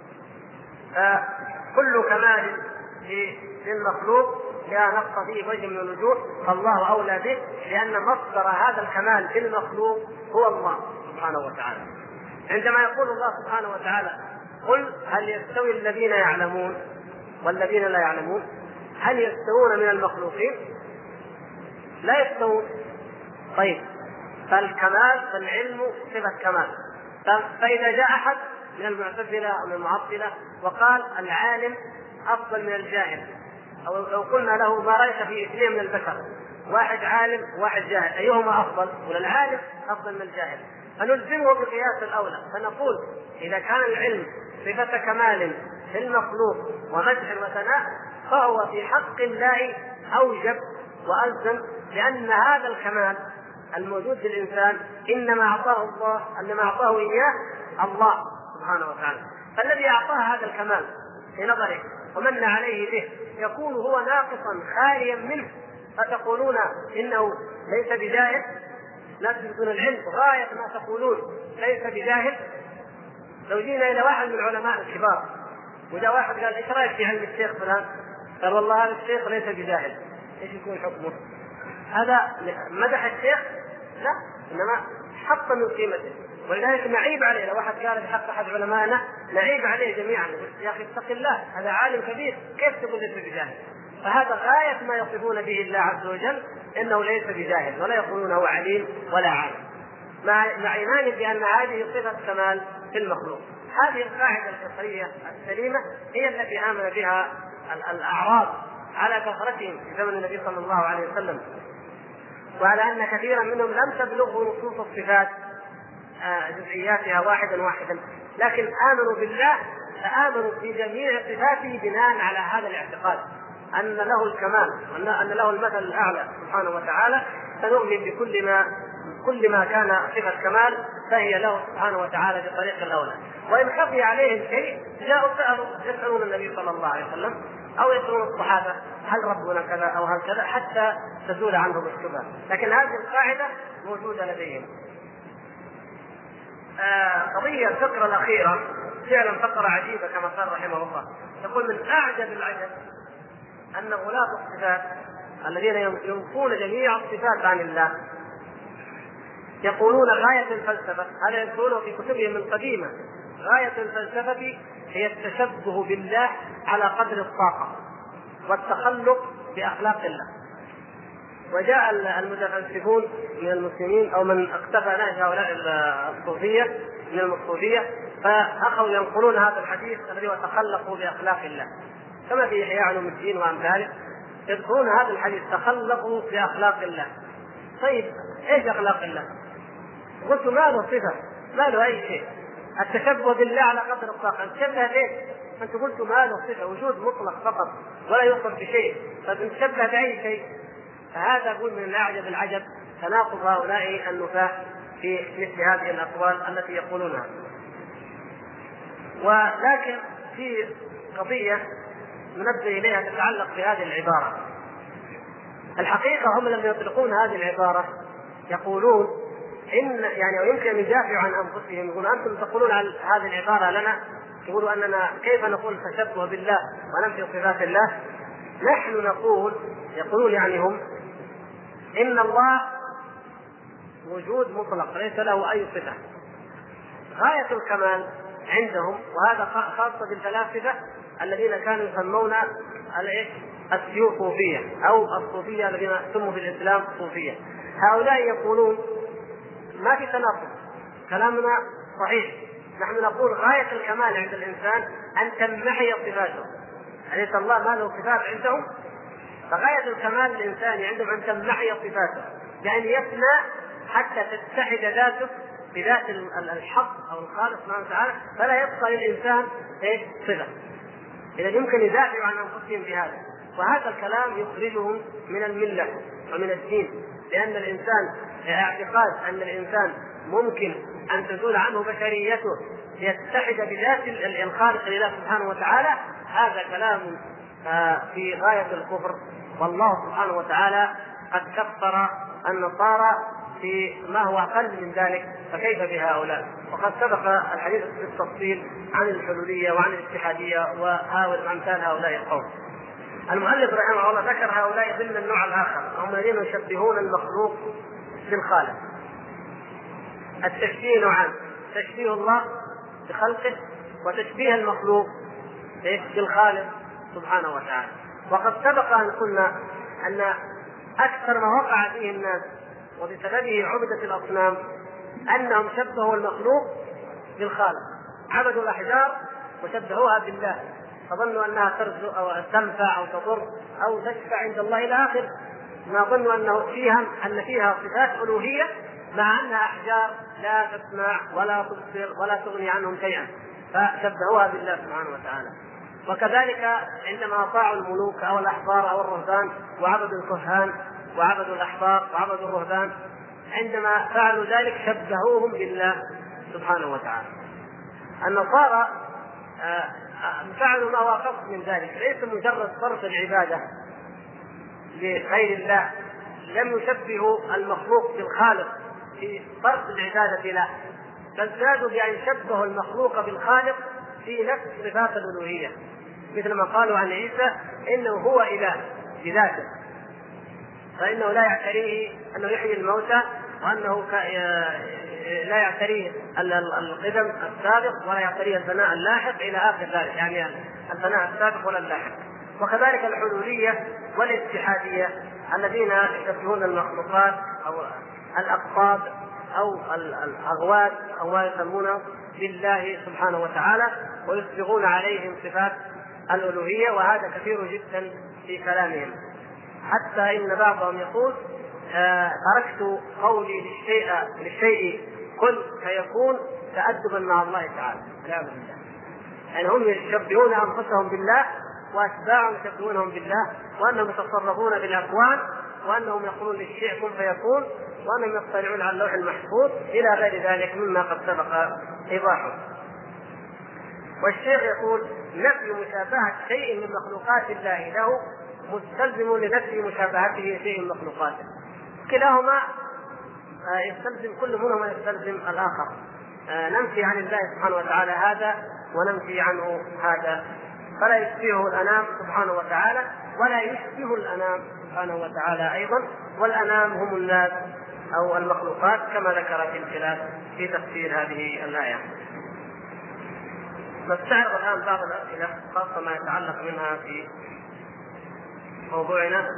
Speaker 1: كل كمال للمخلوق لا نقص فيه وجه من الوجوه فالله أولى به، لأن مصدر هذا الكمال في المخلوق هو الله سبحانه وتعالى. عندما يقول الله سبحانه وتعالى قل هل يستوي الذين يعلمون والذين لا يعلمون، هل يستوون من المخلوقين؟ لا يستوون. طيب فالكمال فالعلم صفة كمال، فإذا جاء أحد من المعتزلة أو من المعطلة وقال العالم أفضل من الجاهل، أو لو قلنا له ما رأيك في اثنين من البشر، واحد عالم وواحد جاهل، أيهما أفضل؟ ولا العالم أفضل من الجاهل؟ فنلزمه بقياس الأولى، فنقول إذا كان العلم صفة كمال في المخلوق ومدح وثناء فهو في حق الله أوجب وألزم، لأن هذا الكمال الموجود في الإنسان إنما أعطاه الله إنما أعطاه إياه الله سبحانه وتعالى. فالذي أعطاه هذا الكمال في نظره ومن عليه به يكون هو ناقصا خاليا منه فتقولون إنه ليس بجاهل؟ لا تثبتون العلم غاية ما تقولون ليس بجاهل. لو جينا إلى واحد من العلماء الكبار وجاء واحد قال إيش رأيك في علم الشيخ فلان؟ قال والله هذا الشيخ ليس بجاهل، إيش يكون حكمه؟ هذا مدح الشيخ؟ لا، إنما حط من قيمته. ولذلك نعيب عليه لو واحد قال بحق أحد علمائنا، نعيب عليه جميعا، يا أخي اتق الله، هذا عالم كبير كيف تقول ليس بجاهل؟ فهذا غاية ما يصفون به الله عز وجل إنه ليس بجاهل، ولا يقولون هو عليم ولا عالم، مع إيمان بأن هذه صفة كمال في المخلوق. هذه القاعدة الفطرية السليمة هي التي آمن بها الأعراب على كثرتهم في زمن النبي صلى الله عليه وسلم، وعلى أن كثيرا منهم لم تبلغه نصوص الصفات جزئياتها واحدا واحدا، لكن آمنوا بالله فآمنوا بجميع صفاته بناء على هذا الاعتقاد أن له الكمال، أن له المثل الأعلى سبحانه وتعالى، فنؤمن بكل ما كل ما كان صفة كمال فهي له سبحانه وتعالى بطريق الأولى. وإن خفي عليهم شيء جاءوا سألوا يسألون النبي صلى الله عليه وسلم أو يسألون الصحابة هل ربنا كذا أو هل كذا حتى تزول عنهم الشبهة، لكن هذه القاعدة موجودة لديهم. آه قضية الفقرة الأخيرة فعلا فقرة عجيبة كما قال رحمه الله، يقول من أعجب العجب أن غلاة الصفات الذين ينفون جميع الصفات عن الله يقولون غاية الفلسفة، هذا يقولون في كتبهم القديمة، غاية الفلسفة هي التشبه بالله على قدر الطاقة والتخلق بأخلاق الله. وجاء المتفلسفون من المسلمين أو من اقتفى نهج هؤلاء الصوفية من الصوفية فأخذوا ينقلون هذا الحديث الذي هو تخلقوا بأخلاق الله، كما في إحياء علوم الدين وأمثاله يذكرون هذا الحديث تخلقوا بأخلاق الله. طيب إيش أخلاق الله؟ قلت ما له صفة، ما له أي شيء، التشبه بالله على قدر الطاقة، التشبه ليش؟ أنت قلت ما له صفة، وجود مطلق فقط ولا يوصف بشيء، فبنتشبه بأي شيء؟ فهذا أقول من أعجب العجب تناقض هؤلاء النفاة في مثل هذه الأقوال التي يقولونها. ولكن في قضية ننبه إليها تتعلق بهذه العبارة. الحقيقة هم لما يطلقون هذه العبارة يقولون إن يعني ويمكن أن يدافعوا عن أنفسهم، يقولون أنتم تقولون عن هذه العبارة لنا، يقولوا أننا كيف نقول تشبه بالله وننفي صفات الله؟ نحن نقول، يقولون يعني هم، إن الله وجود مطلق ليس له أي صفة، غاية الكمال عندهم، وهذا خاصة بالفلاسفة الذين كانوا يسمون الثيوصوفية أو الصوفية الذين سموا في الإسلام صوفية. هؤلاء يقولون ما في تناقض، كلامنا صحيح، نحن نقول غاية الكمال عند الإنسان أن تنمحي صفاته، أليس الله ما له صفات عندهم؟ فغاية الكمال الإنساني عندهم أن تنمحي صفاته، بأن يفنى حتى تتحد ذاته بذات الحق أو الخالق سبحانه وتعالى، فلا يبقى للإنسان إيه صفة. إذا يمكن يدافعوا عن أنفسهم بهذا، وهذا الكلام يخرجهم من الملة ومن الدين، لأن الإنسان اعتقاد أن الإنسان ممكن أن تزول عنه بشريته ليتحد بذات الخالق لله سبحانه وتعالى، هذا كلام في غاية الكفر. والله سبحانه وتعالى قد كفر النصارى في ما هو أقل من ذلك، فكيف بهؤلاء؟ وقد سبق الحديث بالتفصيل عن الحلولية وعن الاتحادية وأمثال هؤلاء القوم. المؤلف رحمه الله ذكر هؤلاء ضمن النوع الآخر، هم الذين يشبهون المخلوق بالخالق. التشبيه نوعان، تشبيه الله بخلقه وتشبيه المخلوق بالخالق سبحانه وتعالى. وقد سبق أن قلنا أن أكثر ما وقع فيه الناس وبسببه عبدة الأصنام أنهم شبهوا المخلوق بالخالق، عبدوا الأحجار وشبهوها بالله، فظنوا أنها ترزق أو تنفع أو تضر أو تشفع عند الله إلى آخر ما ظنوا أنه فيها أن فيها صفات ألوهية، مع أنها أحجار لا تسمع ولا تبصر ولا تغني عنهم شيئا، فشبهوها بالله سبحانه وتعالى. وكذلك عندما أطاعوا الملوك أو الأحبار أو الرهبان وعبدوا الكهان وعبدوا الأحبار وعبدوا الرهبان، عندما فعلوا ذلك شبهوهم بالله سبحانه وتعالى. النصارى فعلوا ما هو أخص من ذلك، ليس مجرد صرف العبادة لغير الله، لم يشبهوا المخلوق بالخالق في صرف العبادة له، بل زادوا بأن شبهوا المخلوق بالخالق في نفس صفات الألوهية، مثل ما قالوا عن عيسى إنه هو إله بذاته، فإنه لا يعتريه أنه يحيي الموتى، وأنه لا يعتريه القدم السابق ولا يعتريه الفناء اللاحق إلى آخر ذلك، يعني الفناء السابق ولا اللاحق. وكذلك الحلولية والاتحادية الذين يشبهون المخلوقات أو الأقطاب أو الأغوات أو ما يسمونه بالله سبحانه وتعالى، ويسبغون عليهم صفات الألوهية، وهذا كثير جدا في كلامهم، حتى إن بعضهم يقول آه تركت قولي للشيء للشيء كن فيكون تأدبا مع الله تعالى. لا بالله، يعني هم يشبهون أنفسهم بالله وأتباعهم يشبهونهم بالله، وأنهم يتصرفون بالأكوان، وأنهم يقولون للشيء كن فيكون، وأنهم يطلعون على اللوح المحفوظ إلى غير ذلك مما قد سبق إيضاحه. والشيخ يقول نفي مشابهة شيء من مخلوقات الله له مستلزم لنفي مشابهته شيء من مخلوقاته، كلاهما يستلزم، كل منهما يستلزم الآخر. ننفي عن الله سبحانه وتعالى هذا وننفي عنه هذا، فلا يشبهه الأنام سبحانه وتعالى ولا يشبه الأنام سبحانه وتعالى أيضا، والأنام هم الناس أو المخلوقات كما ذكر في الخلاف في تفسير هذه الآية. نستعرض الآن بعض الأسئلة خاصة ما يتعلق منها في موضوعنا.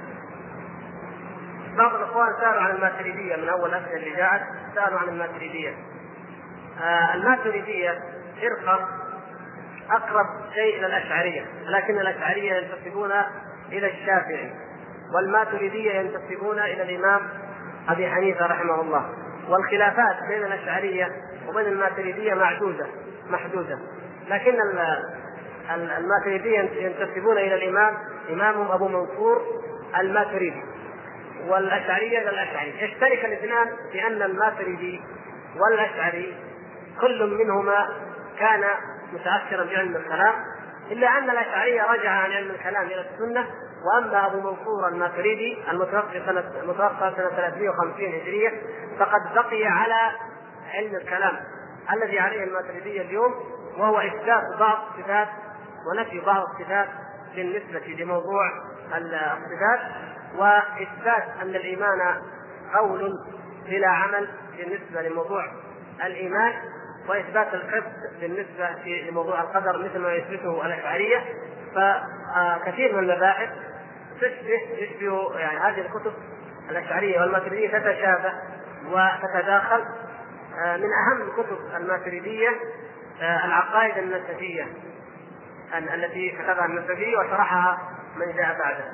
Speaker 1: بعض الأخوان سألوا عن الماتريدية، من أول الأسئلة اللي جاءت سألوا عن الماتريدية. آه الماتريدية فرقة أقرب شيء إلى الأشعرية، لكن الأشعرية ينتسبون إلى الشافعي، والماتريدية ينتسبون إلى الإمام أبي حنيفة رحمه الله، والخلافات بين الأشعرية وبين الماتريدية معدودة محدودة، لكن الماتريدية ينتسبون إلى الإمام إمامهم أبو منصور الماتريدي، والأشعرية إلى الأشعري. يشترك الاثنان بأن الماتريدي والأشعري كل منهما كان متأثرا بعلم الكلام، إلا أن الأشعري رجع عن علم الكلام إلى السنة، وأما أبو منصور الماتريدي المتوفى سنة متوفى سنة ثلاثمائة وخمسين هجرية فقد بقي على علم الكلام الذي عليه الماتريدية اليوم، وهو إثبات بعض الصفات ونفي بعض الصفات بالنسبة لموضوع الصفات، وإثبات أن الإيمان قول بلا عمل بالنسبة لموضوع الإيمان، وإثبات الحفظ بالنسبة لموضوع القدر مثل ما يثبته الأشعرية. فكثير من المباحث تشبه تشبه يعني هذه الكتب الأشعرية والماتريدية تتشابه وتتداخل. من أهم كتب الماتريدية العقائد النسبية التي كتبها النسبي وشرحها من جاء بعده.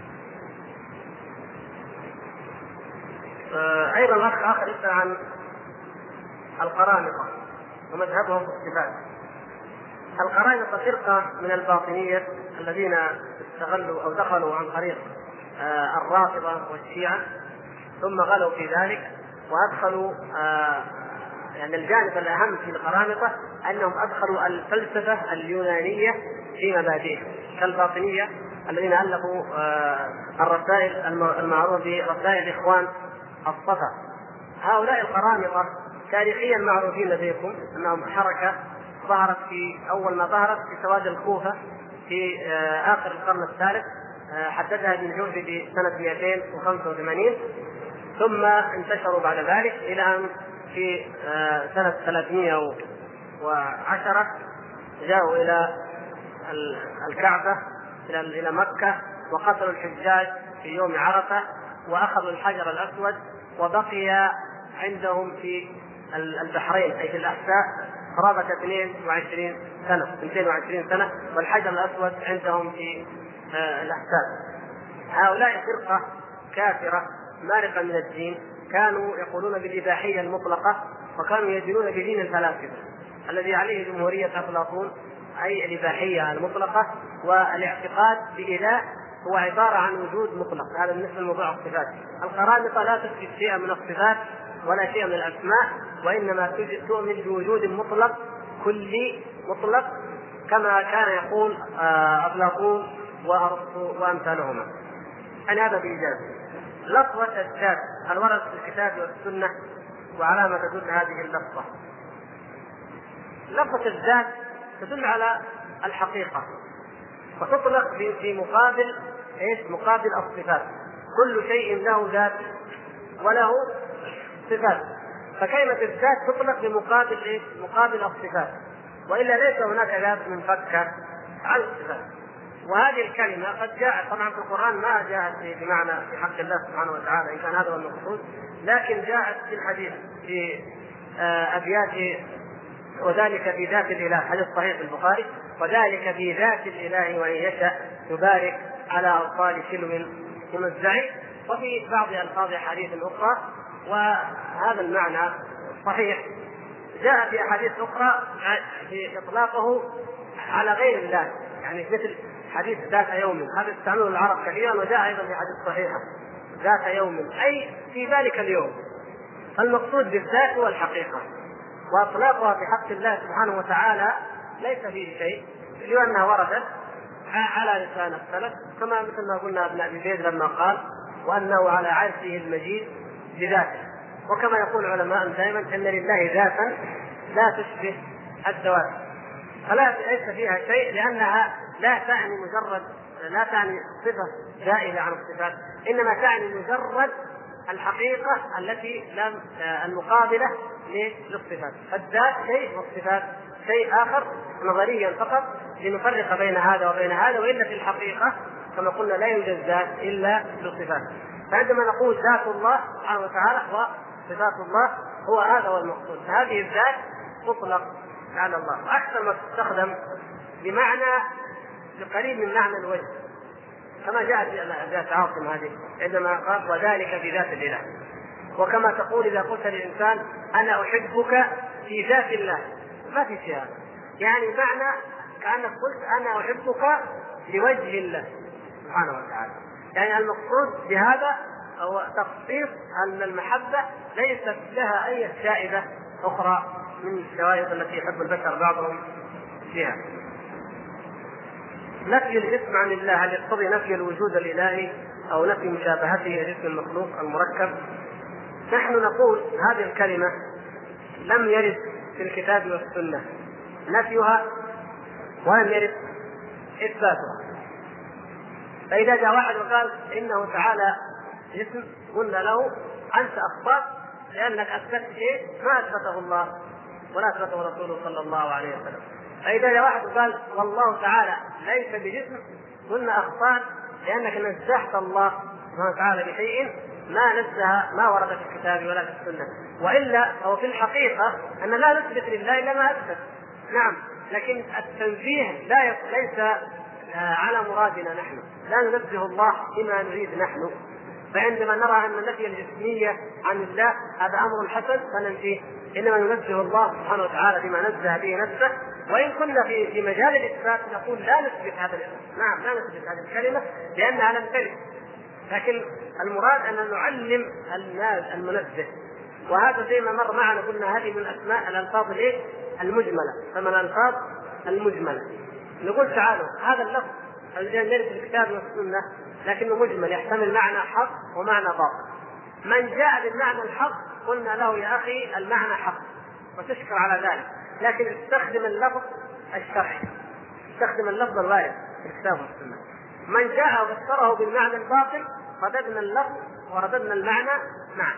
Speaker 1: أيضا الأخ آخر يسأل عن القرامطة ومذهبهم في الصفات. القرامطة فرقة من الباطنية الذين استغلوا أو دخلوا عن طريق الرافضة والشيعة، ثم غلوا في ذلك وأدخلوا يعني الجانب الأهم في القرامطة أنهم أدخلوا الفلسفة اليونانية في مبادئهم، كالباطنية الذين ألفوا الرسائل المعروفة برسائل إخوان الصفا. هؤلاء القرامطة تاريخيا معروفين لديكم أنهم حركة ظهرت في أول ما ظهرت في سواد الكوفة في آخر القرن الثالث، حددها ابن جوزي في سنة مئتين وخمسة وثمانين، ثم انتشروا بعد ذلك إلى أن في سنة ثلاثمائة وعشرة جاءوا إلى الكعبة إلى مكة وقتلوا الحجاج في يوم عرفة وأخذوا الحجر الأسود، وبقي عندهم في البحرين أي في الأحساء قرابة اثنين وعشرين سنة اثنين وعشرين سنة، والحجر الأسود عندهم في الأحساء. هؤلاء فرقة كافرة مارقة من الدين، كانوا يقولون بالإباحية المطلقة، وكانوا يدينون بدين الفلاسفة الذي عليه جمهورية أفلاطون، أي الإباحية المطلقة، والاعتقاد بإله هو عبارة عن وجود مطلق. هذا بالنسبة لموضوع الصفات. القرامطة لا تثبت شيئا من الصفات ولا شيئا من الأسماء، وإنما تؤمن بوجود مطلق كلي مطلق كما كان يقول أفلاطون وأرسطو وأمثالهما. أن هذا بإيجاز. لفظة الذات هل ورد في الكتاب والسنة؟ وعلى ما تدل هذه اللفظة؟ لفظة الذات تدل على الحقيقة، وتطلق في مقابل ايش؟ مقابل الصفات. كل شيء له ذات وله صفات، فكلمة الذات تطلق بمقابل ايش؟ مقابل الصفات، والا ليس هناك ذات منفكة عن الصفات. وهذه الكلمة قد جاءت طبعا في القرآن، ما جاءت بمعنى في حق الله سبحانه وتعالى إن كان هذا هو المقصود، لكن جاءت في الحديث في أبيات: وذلك في ذات الإله، حديث صحيح في البخاري: وذلك في ذات الإله وإن يشاء يبارك على أبطال سلم ممزع. وفي بعض ألفاظ حديث أخرى وهذا المعنى صحيح. جاء في أحاديث أخرى في إطلاقه على غير الله، يعني مثل حديث ذات يوم، هذا استعمله العرب كثيرا، وجاء أيضا في حديث صحيحة ذات يوم أي في ذلك اليوم. فالمقصود بالذات هو الحقيقة، وأطلاقها في حق الله سبحانه وتعالى ليس فيه شيء، لأنها وردت على لسان السلف، كما مثل ما قلنا ابن أبي زيد لما قال: وأنه على عرشه المجيد بذاته. وكما يقول العلماء دائما أن لله ذاتا لا تشبه الذوات، فلا ليس فيها شيء، لأنها لا تعني مجرد لا تعني صفة زائدة عن الصفات، إنما تعني مجرد الحقيقة التي لم المقابلة للصفات. فالذات شيء والصفات شيء آخر نظريا فقط لنفرق بين هذا وبين هذا، وإلا في الحقيقة كما قلنا لا يوجد ذات إلا بالصفات. فعندما نقول ذات الله سبحانه وتعالى وصفات الله هو هذا هو المقصود. هذه الذات تطلق على الله، وأكثر ما تستخدم بمعنى بقريب من معنى الوجه، كما جاء في ذات عاصم هذه عندما قال: وذلك في ذات الإله. وكما تقول إذا قلت للإنسان: أنا أحبك في ذات الله، ما في شيء، يعني معنى كأنك قلت: أنا أحبك لوجه الله سبحانه وتعالى. يعني المقصود بهذا هو تخصيص أن المحبة ليست لها أي شائبة أخرى من الشوائب التي يحب البشر بعضهم فيها. نفي الاسم عن الله هل يقتضي نفي الوجود الإلهي أو نفي مشابهته لاسم المخلوق المركب؟ نحن نقول هذه الكلمة لم يرد في الكتاب والسنة نفيها ولم يرد إثباتها. فإذا جاء واحد وقال إنه تعالى اسم، قلنا له: أنت أخطأت لأنك أثبتت شيء ما أثبته الله ولا أثبته رسوله صلى الله عليه وسلم. فإذا جاء واحد وقال والله تعالى ليس بجسم، قلنا أخطأت لأنك نزهت الله سبحانه وتعالى بشيء ما نزه ما ورد في الكتاب ولا في السنة. وإلا هو في الحقيقة أن لا نثبت لله إلا ما أثبت، نعم، لكن التنزيه لا ليس على مرادنا نحن، لا ننزه الله بما نريد نحن. فعندما نرى أن نفي الجسمية عن الله هذا أمر حسن فننفيه، إنما ننزه الله سبحانه وتعالى بما نزه به نفسه. وإن كنا في في مجال الإثبات نقول لا نثبت هذا الاسم، نعم لا نثبت هذه الكلمة لأنها لم ترد، لكن المراد أن نعلم الناس المنزه. وهذا زي ما مر معنا قلنا هذه من أسماء الألفاظ الإيه؟ المجملة، فمن الألفاظ المجملة نقول تعالوا هذا اللفظ الذي يرد في الكتاب والسنة لكنه مجمل يحتمل معنى حق ومعنى باطل. من جاء بالمعنى الحق قلنا له: يا أخي المعنى حق وتشكر على ذلك، لكن استخدم اللفظ الشرعي، استخدم اللفظ الوارد في الكتاب والسنة. من جاء وفسره بالمعنى الباطل رددنا اللفظ ورددنا المعنى معا.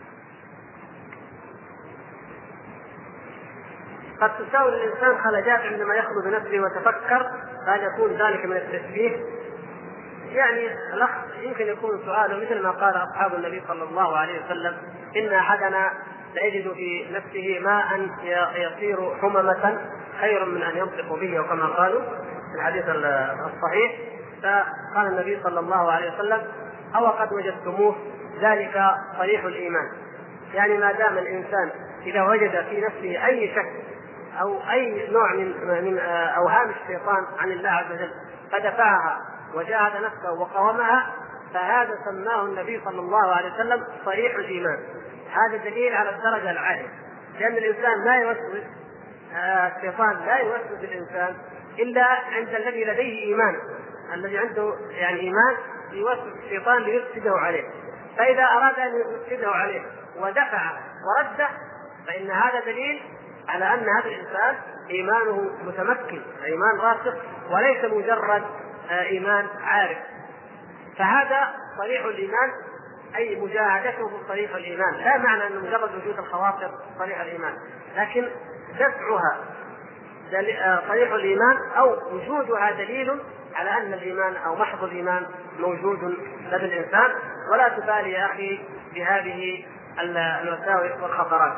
Speaker 1: قد تساوي الإنسان خلجات عندما يخلو بنفسه وتفكر، فهل يكون ذلك من التشبيه؟ يعني الأخ يمكن يكون سؤاله مثل ما قال أصحاب النبي صلى الله عليه وسلم: إن أحدنا ليجد في نفسه ماء يصير حممة خير من أن ينطق به، وكما قالوا في الحديث الصحيح. فقال النبي صلى الله عليه وسلم: أو قد وجدتموه ذلك صريح الإيمان. يعني ما دام الإنسان إذا وجد في نفسه أي شك أو أي نوع من من أوهام الشيطان عن الله عز وجل فدفعها وجاهد نفسه وقاومها، فهذا سماه النبي صلى الله عليه وسلم صريح الإيمان. هذا دليل على الدرجة العالية، لأن الإنسان لا يوسوس، الشيطان لا يوسوس الإنسان إلا عند الذي لديه إيمان، الذي عنده يعني إيمان يوسوس الشيطان ليفسده عليه. فإذا أراد أن يفسده عليه ودفع ورده فإن هذا دليل على أن هذا الإنسان إيمانه متمكن، إيمان راسخ وليس مجرد إيمان عارف. فهذا صريح الإيمان، أي مجاهدته صريح الإيمان، لا معنى أن مجرد وجود الخواطر صريح الإيمان، لكن دفعها صريح الإيمان أو وجودها دليل على أن الإيمان أو محض الإيمان موجود لدى الإنسان. ولا تبالي يا أخي بهذه الوساوس والخطرات.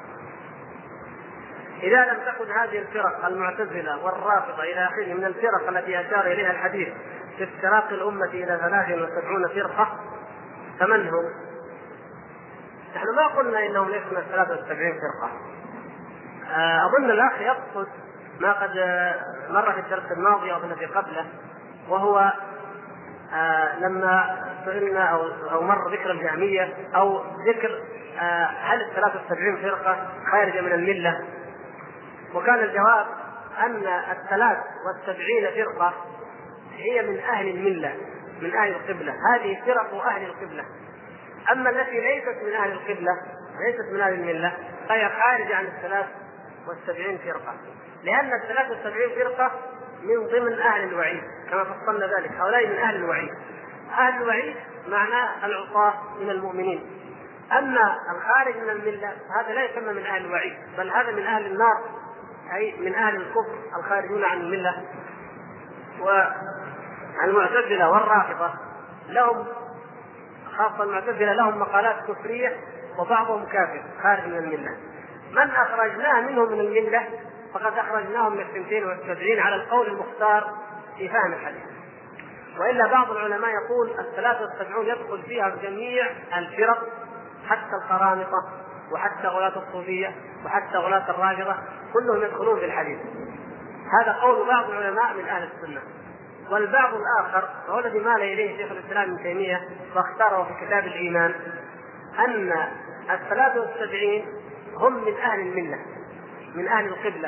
Speaker 1: إذا لم تكن هذه الفرق المعتزلة والرافضة إلى آخره من الفرق التي أشار إليها الحديث في افتراق الأمة إلى ثلاث وسبعين فرقة، فمن هم؟ نحن ما قلنا إنهم ليسوا من ثلاث وسبعين فرقة. أظن الأخ يقصد ما قد مر في الدرس الماضي أو الذي قبله، وهو آه لما سئلنا أو, أو مر ذكر الجهمية أو ذكر آه هل الثلاث وسبعين فرقة خارجة من الملة، وكان الجواب أن الثلاث والسبعين فرقة هي من أهل الملة، من أهل القبلة، هذه فرق أهل القبلة. أما التي ليست من أهل القبلة ليست من أهل الملة فهي خارجة عن الثلاث والسبعين فرقة، لأن الثلاث والسبعين فرقة من ضمن أهل الوعيد كما فصلنا ذلك، هؤلاء من أهل الوعيد. أهل الوعيد معناه العصاة من المؤمنين. أما الخارج من الملة هذا لا يسمى من أهل الوعيد، بل هذا من أهل النار، أي من أهل الكفر الخارجون عن الملة. والمعتزلة والرافضة لهم خاصة المعتزلة لهم مقالات كفرية وبعضهم كافر خارج من الملة. من أخرجناه منهم من الملة فقد أخرجناهم من الثنتين والسبعين على القول المختار في فهم الحديث. وإلا بعض العلماء يقول الثلاثة والسبعون يدخل فيها جميع الفرق حتى القرامطة وحتى غلاة الصوفية وحتى غلاة الرافضة كلهم يدخلون في الحديث. هذا قول بعض العلماء من أهل السنة. والبعض الآخر وهو الذي مال إليه شيخ الإسلام ابن تيمية واختاره في كتاب الإيمان أن الثلاثة والسبعين هم من أهل الملة، من أهل القبلة.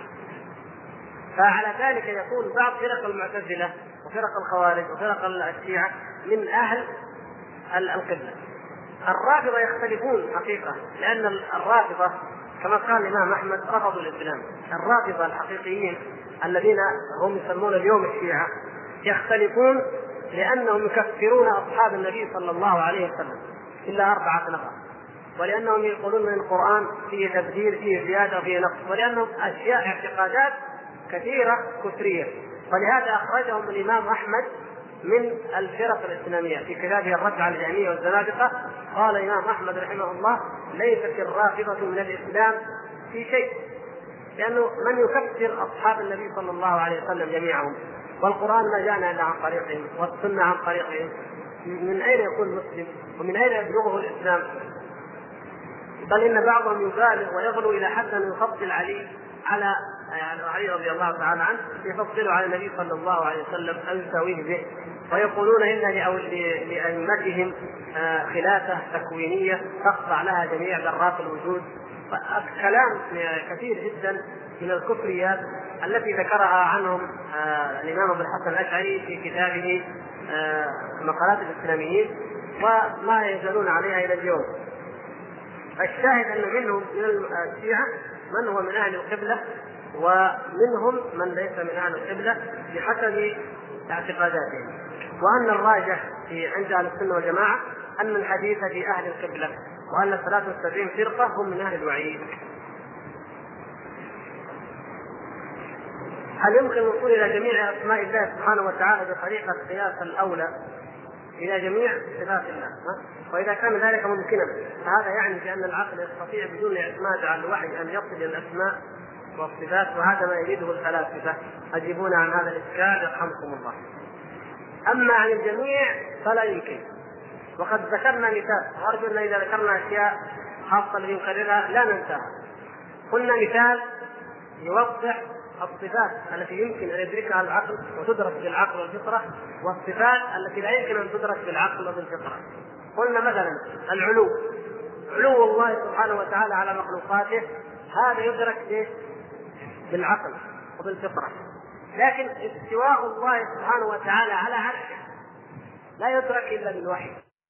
Speaker 1: فعلى ذلك يكون بعض فرق المعتزلة وفرق الخوارج وفرق الشيعة من أهل القبلة. الرافضة يختلفون حقيقة، لأن الرافضة كما قال الإمام أحمد رفضوا الإسلام. الرافضة الحقيقيين الذين هم يسمون اليوم الشيعة يختلفون لأنهم يكفرون أصحاب النبي صلى الله عليه وسلم إلا أربعة نفر، ولأنهم يقولون من القرآن فيه تبديل فيه زيادة فيه نقص، ولأنهم أشياء اعتقادات كثيرة كفرية. ولهذا أخرجهم الإمام أحمد من الفرق الإسلامية في كتابه الرد على الجهمية والزنادقة. قال الإمام أحمد رحمه الله ليست الرافضة من الإسلام في شيء، لأنه من يكفر أصحاب النبي صلى الله عليه وسلم جميعهم، والقرآن ما جاءنا إلا عن طريقهم والسنة عن طريقهم، من أين يكون مسلم ومن أين يبلغه الإسلام؟ بل إن بعضهم يبالغ ويغلو إلى حد أن يفضل علي على يعني علي رضي الله تعالى عنه، يفضله على النبي صلى الله عليه وسلم أو يساويه به، ويقولون إن لأئمتهم خلافة تكوينية تخضع لها جميع ذرات الوجود. كلام كثير جدا من الكفريات التي ذكرها عنهم الإمام أبو الحسن الأشعري في كتابه مقالات الإسلاميين، وما يزالون عليها إلى اليوم. الشاهد أن منهم من الشيعة من هو من أهل القبلة، ومنهم من ليس من أهل القبلة بحسب اعتقاداتهم. وأن الراجح في عند أهل السنة والجماعة أن الحديث في أهل القبلة، وأن الثلاثة والسبعين فرقة هم من أهل الوعيد. هل يمكن الوصول إلى جميع أسماء الله سبحانه وتعالى بطريقة قياس الأولى إلى جميع صفات الله؟ وإذا كان ذلك ممكنا فهذا يعني بأن العقل يستطيع بدون اعتماد على الوحي أن يصل إلى الأسماء والصفات، وهذا ما يريده الفلاسفة. أجيبون عن هذا الإشكال يرحمكم الله. أما عن الجميع فلا يمكن. وقد ذكرنا مثال، وأرجو أن إذا ذكرنا أشياء خاصة لنكررها لا ننساها. قلنا مثال يوضح الصفات التي يمكن أن يدركها العقل وتدرك بالعقل والفطرة، والصفات التي لا يمكن أن تدرك بالعقل وبالفطرة. قلنا مثلا العلو، علو الله سبحانه وتعالى على مخلوقاته، هذا يدرك بالعقل وبالفطرة. لكن استواء الله سبحانه وتعالى على عرشه لا يدرك الا بالوحي.